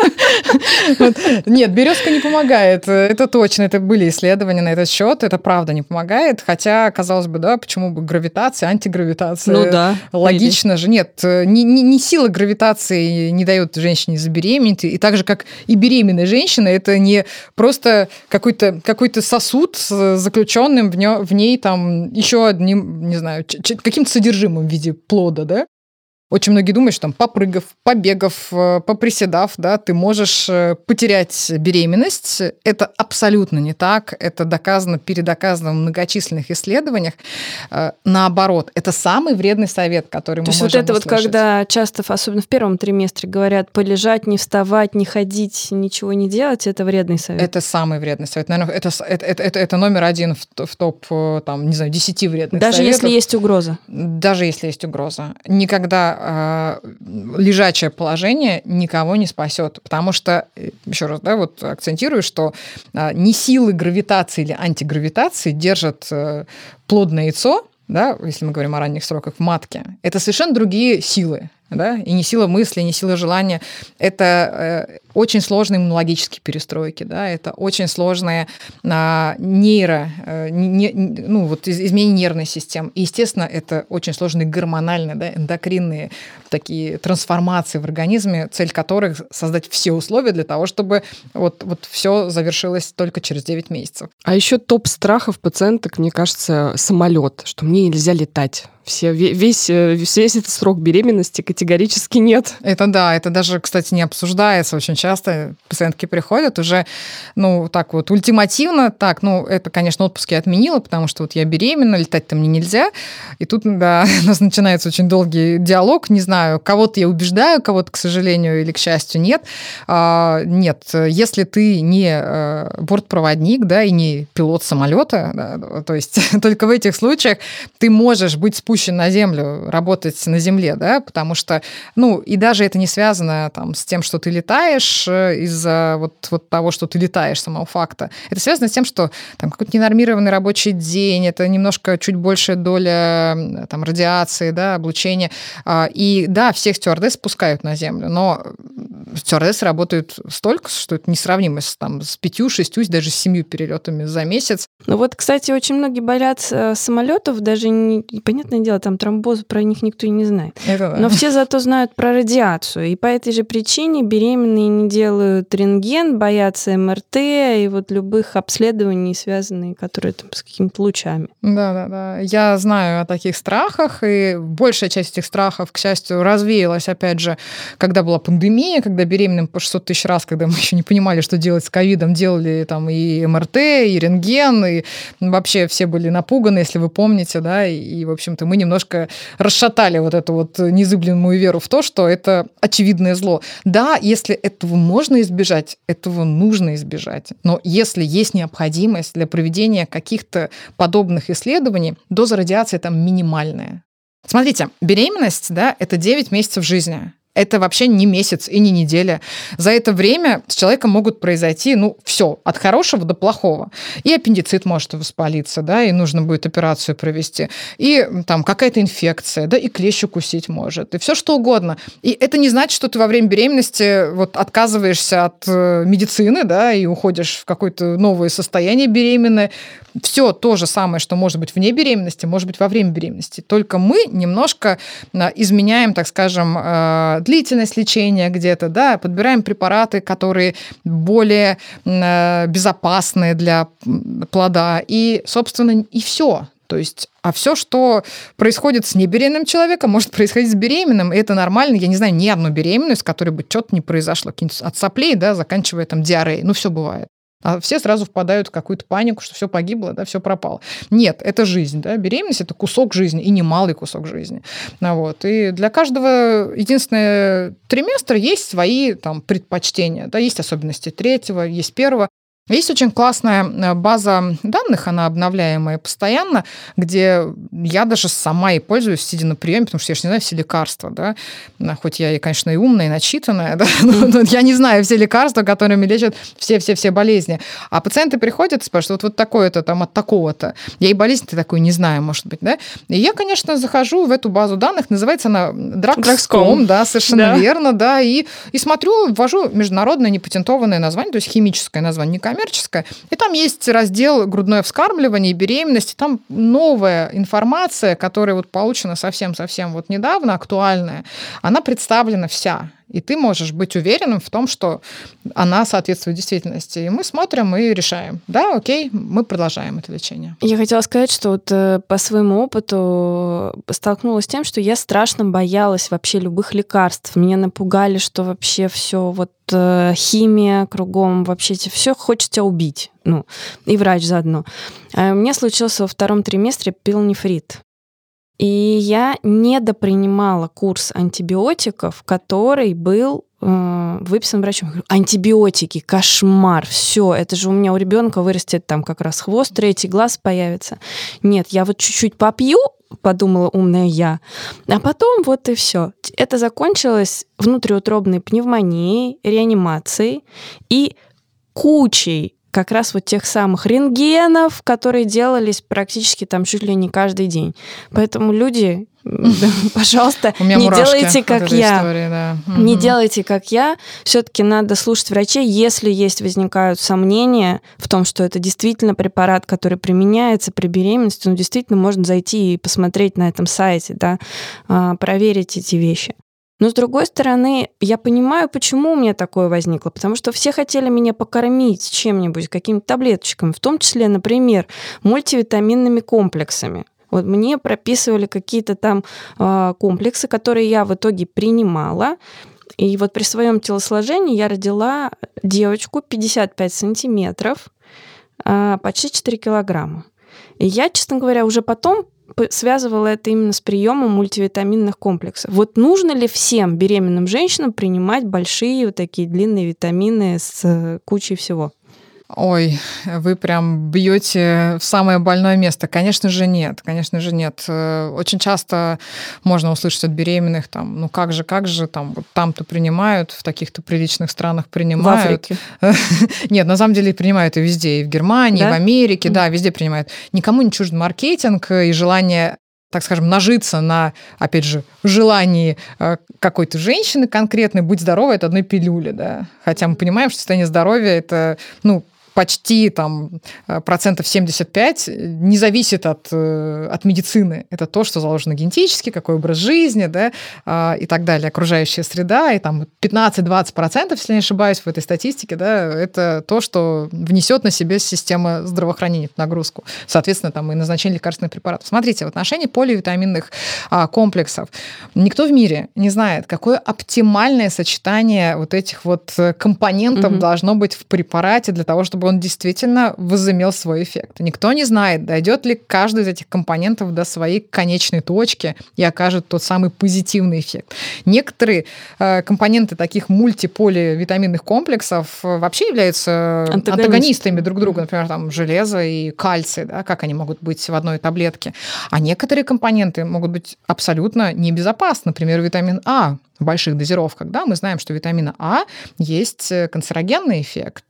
Нет, березка не помогает. Это точно. Это были исследования на этот счет. Это правда не помогает. Хотя, казалось бы, да, почему бы гравитация, антигравитация? Ну да. Логично же. Нет, не сила гравитации не дает женщине забеременеть. И так же, как и беременная женщина, это не просто какой-то сосуд с заключенным в ней еще одним, не знаю, каким-то содержимым в виде плода, да? Очень многие думают, что там попрыгав, побегав, поприседав, да, ты можешь потерять беременность. Это абсолютно не так. Это доказано, передоказано в многочисленных исследованиях. Наоборот, это самый вредный совет, который мы можем услышать. То есть вот это вот, когда часто, особенно в первом триместре, говорят полежать, не вставать, не ходить, ничего не делать, это вредный совет? Это самый вредный совет. Наверное, это номер один в топ, там, не знаю, 10 вредных Даже советов. если есть угроза? Даже если есть угроза. Никогда лежачее положение никого не спасет, потому что, еще раз, да, вот акцентирую, что не силы гравитации или антигравитации держат плодное яйцо, да, если мы говорим о ранних сроках, в матке. Это совершенно другие силы. Да? И не сила мысли, не сила желания. Это очень сложные иммунологические перестройки, да? Это очень сложные изменения нервной системы. И, естественно, это очень сложные гормональные, да, эндокринные такие трансформации в организме, цель которых создать все условия для того, чтобы вот все завершилось только через 9 месяцев. А еще топ страхов пациенток, мне кажется, самолет, что мне нельзя летать. Весь этот срок беременности категорически нет. Это да, это даже, кстати, не обсуждается. Очень часто пациентки приходят уже, так вот, ультимативно, это, конечно, отпуск я отменила, потому что вот я беременна, летать-то мне нельзя. И тут, да, у нас начинается очень долгий диалог, не знаю, кого-то я убеждаю, кого-то, к сожалению, или к счастью, нет. Нет, если ты не бортпроводник, да, и не пилот самолета, да, то есть только в этих случаях ты можешь быть спущен на землю, работать на земле, да, потому что, и даже это не связано там с тем, что ты летаешь из-за вот того, что ты летаешь, самого факта. Это связано с тем, что там какой-то ненормированный рабочий день, это немножко чуть большая доля там радиации, да, облучения. И да, всех стюардесс спускают на землю, но стюардессы работают столько, что это несравнимо с 5, 6, даже с 7 перелетами за месяц. Кстати, очень многие боятся самолетов, даже понятное дело, там тромбозы, про них никто и не знает. Но все зато знают про радиацию. И по этой же причине беременные не делают рентген, боятся МРТ и вот любых обследований, связанных, которые там с какими-то лучами. Да. Я знаю о таких страхах, и большая часть этих страхов, к счастью, развеялась, опять же, когда была пандемия, когда беременным по 600 тысяч раз, когда мы еще не понимали, что делать с ковидом, делали там и МРТ, и рентген, и вообще все были напуганы, если вы помните, да, и в общем-то, мы немножко расшатали вот эту вот незыблемую веру в то, что это очевидное зло. Да, если этого можно избежать, этого нужно избежать. Но если есть необходимость для проведения каких-то подобных исследований, доза радиации там минимальная. Смотрите, беременность, да, это 9 месяцев жизни. Это вообще не месяц и не неделя. За это время с человеком могут произойти, все, от хорошего до плохого. И аппендицит может воспалиться, да, и нужно будет операцию провести. И там какая-то инфекция, да, и клещ укусить может. И все что угодно. И это не значит, что ты во время беременности вот отказываешься от медицины, да, и уходишь в какое-то новое состояние беременное. Все то же самое, что может быть вне беременности, может быть во время беременности. Только мы немножко изменяем, так скажем, длительность лечения где-то, да, подбираем препараты, которые более безопасны для плода. И, собственно, и все. То есть, а все, что происходит с небеременным человеком, может происходить с беременным, и это нормально. Я не знаю ни одну беременность, с которой бы что-то не произошло. От соплей, да, заканчивая там диареей. Все бывает. А все сразу впадают в какую-то панику, что все погибло, да, все пропало. Нет, это жизнь, да, беременность – это кусок жизни, и немалый кусок жизни. И для каждого единственного триместра есть свои там предпочтения, да, есть особенности третьего, есть первого. Есть очень классная база данных, она обновляемая постоянно, где я даже сама и пользуюсь, сидя на приеме, потому что я же не знаю все лекарства, да, хоть я, конечно, и умная, и начитанная, да, но я не знаю все лекарства, которыми лечат все болезни. А пациенты приходят и спрашивают, вот такое-то там от такого-то. Я и болезнь-то такую не знаю, может быть, да. И я, конечно, захожу в эту базу данных, называется она Drugs.com, да, совершенно верно, да, и смотрю, ввожу международное непатентованное название, то есть химическое название, не коммерческое, и там есть раздел грудное вскармливание и беременность, и там новая информация, которая вот получена совсем-совсем вот недавно, актуальная, она представлена вся. И ты можешь быть уверенным в том, что она соответствует действительности. И мы смотрим и решаем. Да, окей, мы продолжаем это лечение. Я хотела сказать, что вот по своему опыту столкнулась с тем, что я страшно боялась вообще любых лекарств. Меня напугали, что вообще все вот химия кругом, вообще все хочет тебя убить. Ну, и врач заодно. А у меня случился во 2 триместре пилонефрит. И я недопринимала курс антибиотиков, который был выписан врачом. Антибиотики, кошмар, все, это же у меня у ребенка вырастет там как раз хвост, 3-й глаз появится. Нет, я вот чуть-чуть попью, подумала умная я, а потом вот и все. Это закончилось внутриутробной пневмонией, реанимацией и кучей как раз вот тех самых рентгенов, которые делались практически там чуть ли не каждый день. Поэтому люди, пожалуйста, не делайте, как я. Не делайте, как я. Все-таки надо слушать врачей, если возникают сомнения в том, что это действительно препарат, который применяется при беременности, ну, действительно можно зайти и посмотреть на этом сайте, да, проверить эти вещи. Но, с другой стороны, я понимаю, почему у меня такое возникло. Потому что все хотели меня покормить чем-нибудь, какими-то таблеточками, в том числе, например, мультивитаминными комплексами. Вот мне прописывали какие-то там комплексы, которые я в итоге принимала. И вот при своем телосложении я родила девочку 55 сантиметров, почти 4 килограмма. И я, честно говоря, уже потом связывала это именно с приемом мультивитаминных комплексов. Вот нужно ли всем беременным женщинам принимать большие вот такие длинные витамины с кучей всего? Ой, вы прям бьете в самое больное место. Конечно же, нет. Конечно же, нет. Очень часто можно услышать от беременных, там, ну как же, там, вот там-то принимают, в таких-то приличных странах принимают. В Африке? Нет, на самом деле принимают и везде, и в Германии, да? И в Америке, да, везде принимают. Никому не чужд маркетинг и желание, так скажем, нажиться на, опять же, желании какой-то женщины конкретной быть здоровой от одной пилюли, да. Хотя мы понимаем, что состояние здоровья – это, ну, почти там 75% не зависит от медицины. Это то, что заложено генетически, какой образ жизни, да, и так далее, окружающая среда, и там 15-20%, если не ошибаюсь, в этой статистике, да, это то, что внесет на себе система здравоохранения нагрузку. Соответственно, там и назначение лекарственных препаратов. Смотрите, в отношении поливитаминных комплексов никто в мире не знает, какое оптимальное сочетание вот этих вот компонентов должно быть в препарате для того, чтобы он действительно возымел свой эффект. Никто не знает, дойдет ли каждый из этих компонентов до своей конечной точки и окажет тот самый позитивный эффект. Некоторые компоненты таких мультиполивитаминных комплексов вообще являются антагонистами друг друга, например, там железо и кальций, да, как они могут быть в одной таблетке. А некоторые компоненты могут быть абсолютно небезопасны, например, витамин А. В больших дозировках, да, мы знаем, что у витамина А есть канцерогенный эффект,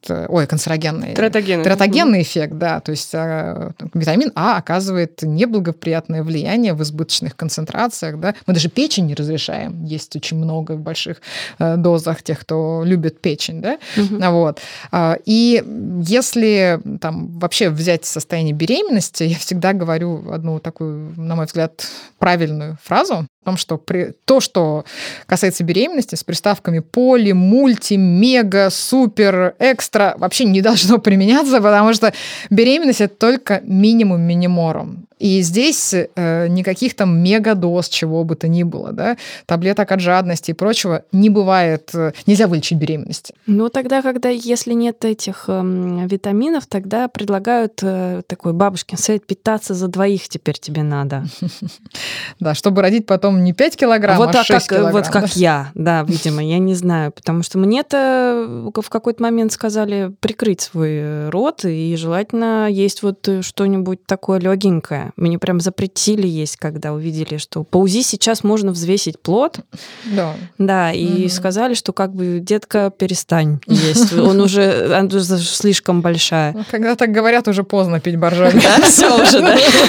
тератогенный эффект, да, то есть витамин А оказывает неблагоприятное влияние в избыточных концентрациях, да, мы даже печень не разрешаем, есть очень много в больших дозах тех, кто любит печень, да, вот, и если там вообще взять состояние беременности, я всегда говорю одну такую, на мой взгляд, правильную фразу, о том, что то, что касается беременности, с приставками поли, мульти, мега, супер, экстра, вообще не должно применяться, потому что беременность – это только минимум миниморум. И здесь никаких там мегадоз, чего бы то ни было, да, таблеток от жадности и прочего не бывает, нельзя вылечить беременность. Ну, тогда, если нет этих витаминов, тогда предлагают такой бабушкин совет: питаться за 2 теперь тебе надо. Да, чтобы родить потом не 5 килограмм, а 6 килограмм. Вот как я, да, видимо, я не знаю, потому что мне-то в какой-то момент сказали прикрыть свой рот и желательно есть вот что-нибудь такое легенькое. Мне прям запретили есть, когда увидели, что по УЗИ сейчас можно взвесить плод. Да. Да, и сказали, что как бы, детка, перестань есть. Она уже слишком большая. Когда так говорят, уже поздно пить боржоми. Да, все уже,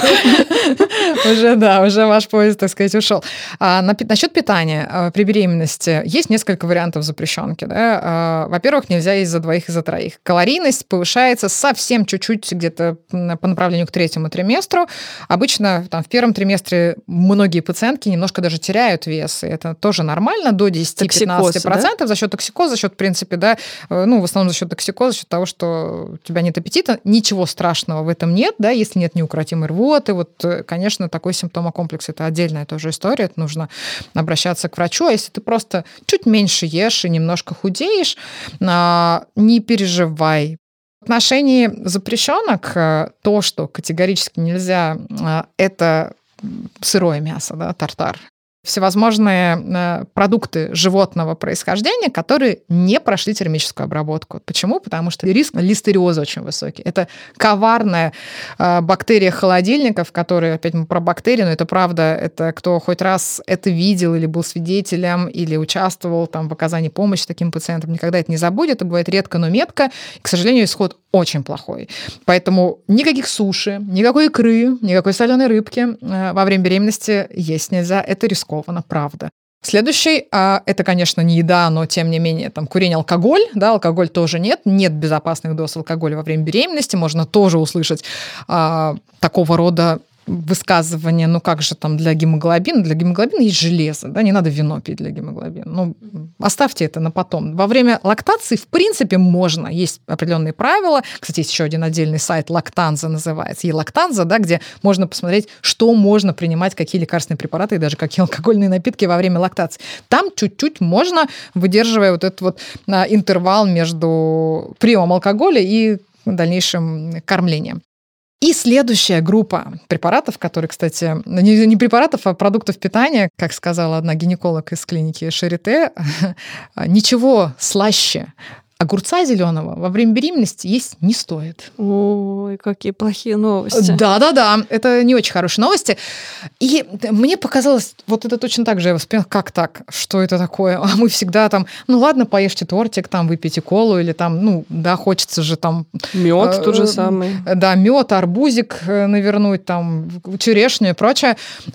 да. Уже ваш поезд, так сказать, ушел. Насчет питания при беременности есть несколько вариантов запрещенки. Да? Во-первых, нельзя есть за 2 и за 3. Калорийность повышается совсем чуть-чуть где-то по направлению к 3-му триместру. обычно там, в первом триместре многие пациентки немножко даже теряют вес, и это тоже нормально, до 10-15%, да? За счет токсикоза, за счет, в принципе, да, в основном за счет токсикоза, за счет того, что у тебя нет аппетита, ничего страшного в этом нет, да, если нет неукротимой рвоты, конечно, такой симптомокомплекс – это отдельная тоже история, это нужно обращаться к врачу, а если ты просто чуть меньше ешь и немножко худеешь, не переживай. В отношении запрещенок то, что категорически нельзя, это сырое мясо, да, тартар. Всевозможные продукты животного происхождения, которые не прошли термическую обработку. Почему? Потому что риск листериоза очень высокий. Это коварная бактерия холодильников, которые, опять мы про бактерии, но это правда, это кто хоть раз это видел или был свидетелем, или участвовал там, в оказании помощи таким пациентам, никогда это не забудет. Это бывает редко, но метко. И, к сожалению, исход очень плохой. Поэтому никаких суши, никакой икры, никакой соленой рыбки во время беременности есть нельзя. Это рискованно, правда. Следующий, это, конечно, не еда, но, тем не менее, там, курение, алкоголь. Да, алкоголь тоже нет безопасных доз алкоголя во время беременности. Можно тоже услышать такого рода высказывание, как же там для гемоглобина? Для гемоглобина есть железо, да, не надо вино пить для гемоглобина. Оставьте это на потом. Во время лактации, в принципе, можно. Есть определенные правила. Кстати, есть еще один отдельный сайт, Лактанза называется, Елактанза, да, где можно посмотреть, что можно принимать, какие лекарственные препараты и даже какие алкогольные напитки во время лактации. Там чуть-чуть можно, выдерживая этот интервал между приемом алкоголя и дальнейшим кормлением. И следующая группа препаратов, которые, кстати, не препаратов, а продуктов питания, как сказала одна гинеколог из клиники Шарите, ничего слаще огурца зеленого во время беременности есть не стоит. Ой, какие плохие новости. Да, это не очень хорошие новости. И мне показалось, это точно так же я восприняла, как так, что это такое? А мы всегда там, ладно, поешьте тортик, там, выпейте колу, или там, хочется же там... Мед тот же самый. Да, мед, арбузик навернуть, там, черешню и прочее.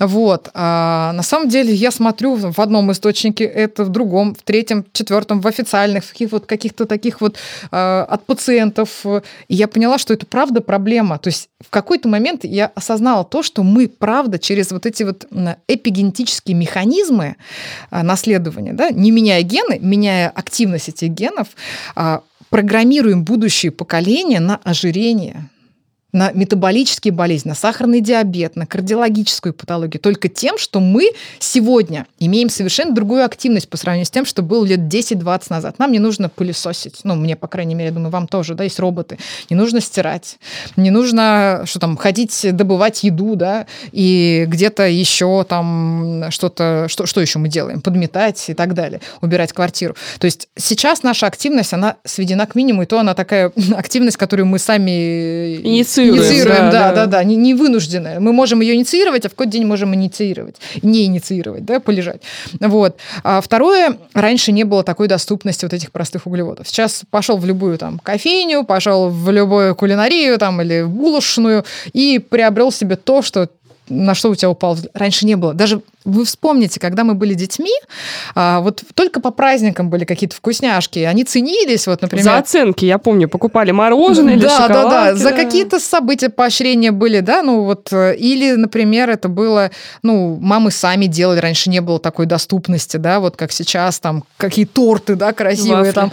А на самом деле я смотрю в одном источнике, это в другом, в третьем, в четвертом, в официальных, в каких-то таких от пациентов. И я поняла, что это правда проблема. То есть в какой-то момент я осознала то, что мы, правда, через эти эпигенетические механизмы наследования, да, не меняя гены, меняя активность этих генов, программируем будущие поколения на ожирение, на метаболические болезни, на сахарный диабет, на кардиологическую патологию, только тем, что мы сегодня имеем совершенно другую активность по сравнению с тем, что было лет 10-20 назад. Нам не нужно пылесосить, мне, по крайней мере, думаю, вам тоже, да, есть роботы. Не нужно стирать, не нужно ходить добывать еду, да, и где-то еще там что-то, что еще мы делаем? Подметать и так далее, убирать квартиру. То есть сейчас наша активность, она сведена к минимуму, и то она такая активность, которую мы сами инициируем, да, не вынужденная. Мы можем ее инициировать, а в какой-то день можем не инициировать, да, полежать. А второе, раньше не было такой доступности этих простых углеводов. Сейчас пошел в любую там кофейню, пошел в любую кулинарию там, или в булочную и приобрел себе то, на что у тебя упал. Раньше не было. Даже вы вспомните, когда мы были детьми, только по праздникам были какие-то вкусняшки, они ценились, например... За оценки, я помню, покупали мороженое или шоколадки. Да. За какие-то события, поощрения были, да, или, например, это было, мамы сами делали, раньше не было такой доступности, да, как сейчас, там, какие торты, да, красивые, там.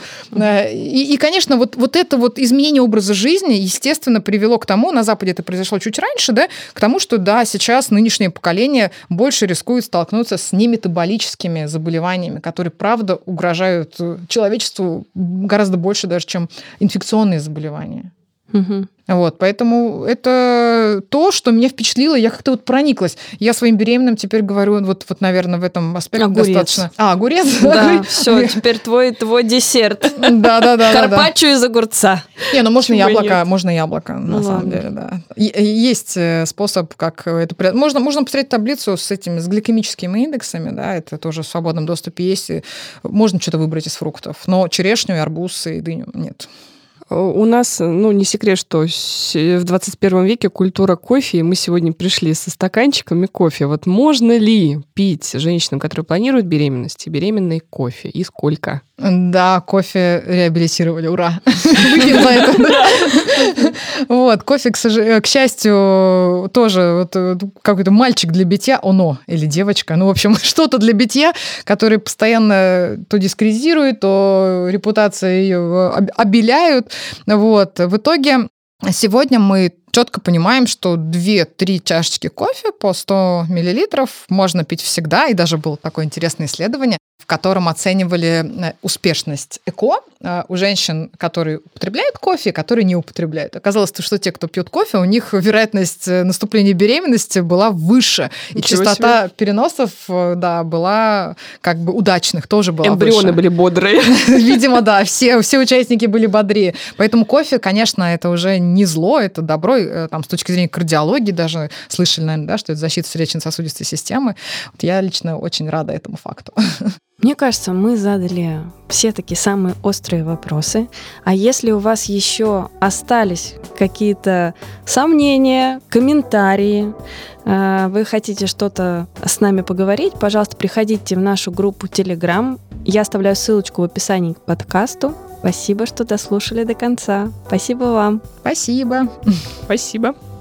И, конечно, это изменение образа жизни, естественно, привело к тому, на Западе это произошло чуть раньше, да, к тому, что, да, сейчас нынешнее поколение больше рискует столкнуться с неметаболическими заболеваниями, которые, правда, угрожают человечеству гораздо больше даже, чем инфекционные заболевания. Угу. Поэтому это то, что меня впечатлило, я как-то прониклась. Я своим беременным теперь говорю, наверное, в этом аспекте достаточно... Огурец? Да, все, теперь твой десерт. Да. Карпаччо из огурца. Можно яблоко, на самом деле, да. Есть способ, как это... Можно посмотреть таблицу с гликемическими индексами, да, это тоже в свободном доступе есть. Можно что-то выбрать из фруктов, но черешню, арбуз и дыню нет. У нас, не секрет, что в 21 веке культура кофе, и мы сегодня пришли со стаканчиками кофе. Можно ли пить женщинам, которые планируют беременность, беременный кофе, и сколько? Да, кофе реабилитировали, ура! Выпьем за это. Вот, кофе, к счастью, тоже какой-то мальчик для битья, или девочка, в общем, что-то для битья, который постоянно то дискредитирует, то репутация ее обеляют. Вот, в итоге сегодня мы четко понимаем, что 2-3 чашечки кофе по 100 мл можно пить всегда. И даже было такое интересное исследование, в котором оценивали успешность ЭКО у женщин, которые употребляют кофе, и которые не употребляют. Оказалось, что те, кто пьет кофе, у них вероятность наступления беременности была выше. И частота переносов, была как бы удачных, тоже была выше. Эмбрионы были бодрые. Видимо, да, все участники были бодрее. Поэтому кофе, конечно, это уже не зло, это добро. Там, с точки зрения кардиологии даже слышали, наверное, да, что это защита сердечно-сосудистой системы. Вот я лично очень рада этому факту. Мне кажется, мы задали все такие самые острые вопросы. А если у вас еще остались какие-то сомнения, комментарии, вы хотите что-то с нами поговорить, пожалуйста, приходите в нашу группу Telegram. Я оставляю ссылочку в описании к подкасту. Спасибо, что дослушали до конца. Спасибо вам. Спасибо. Спасибо.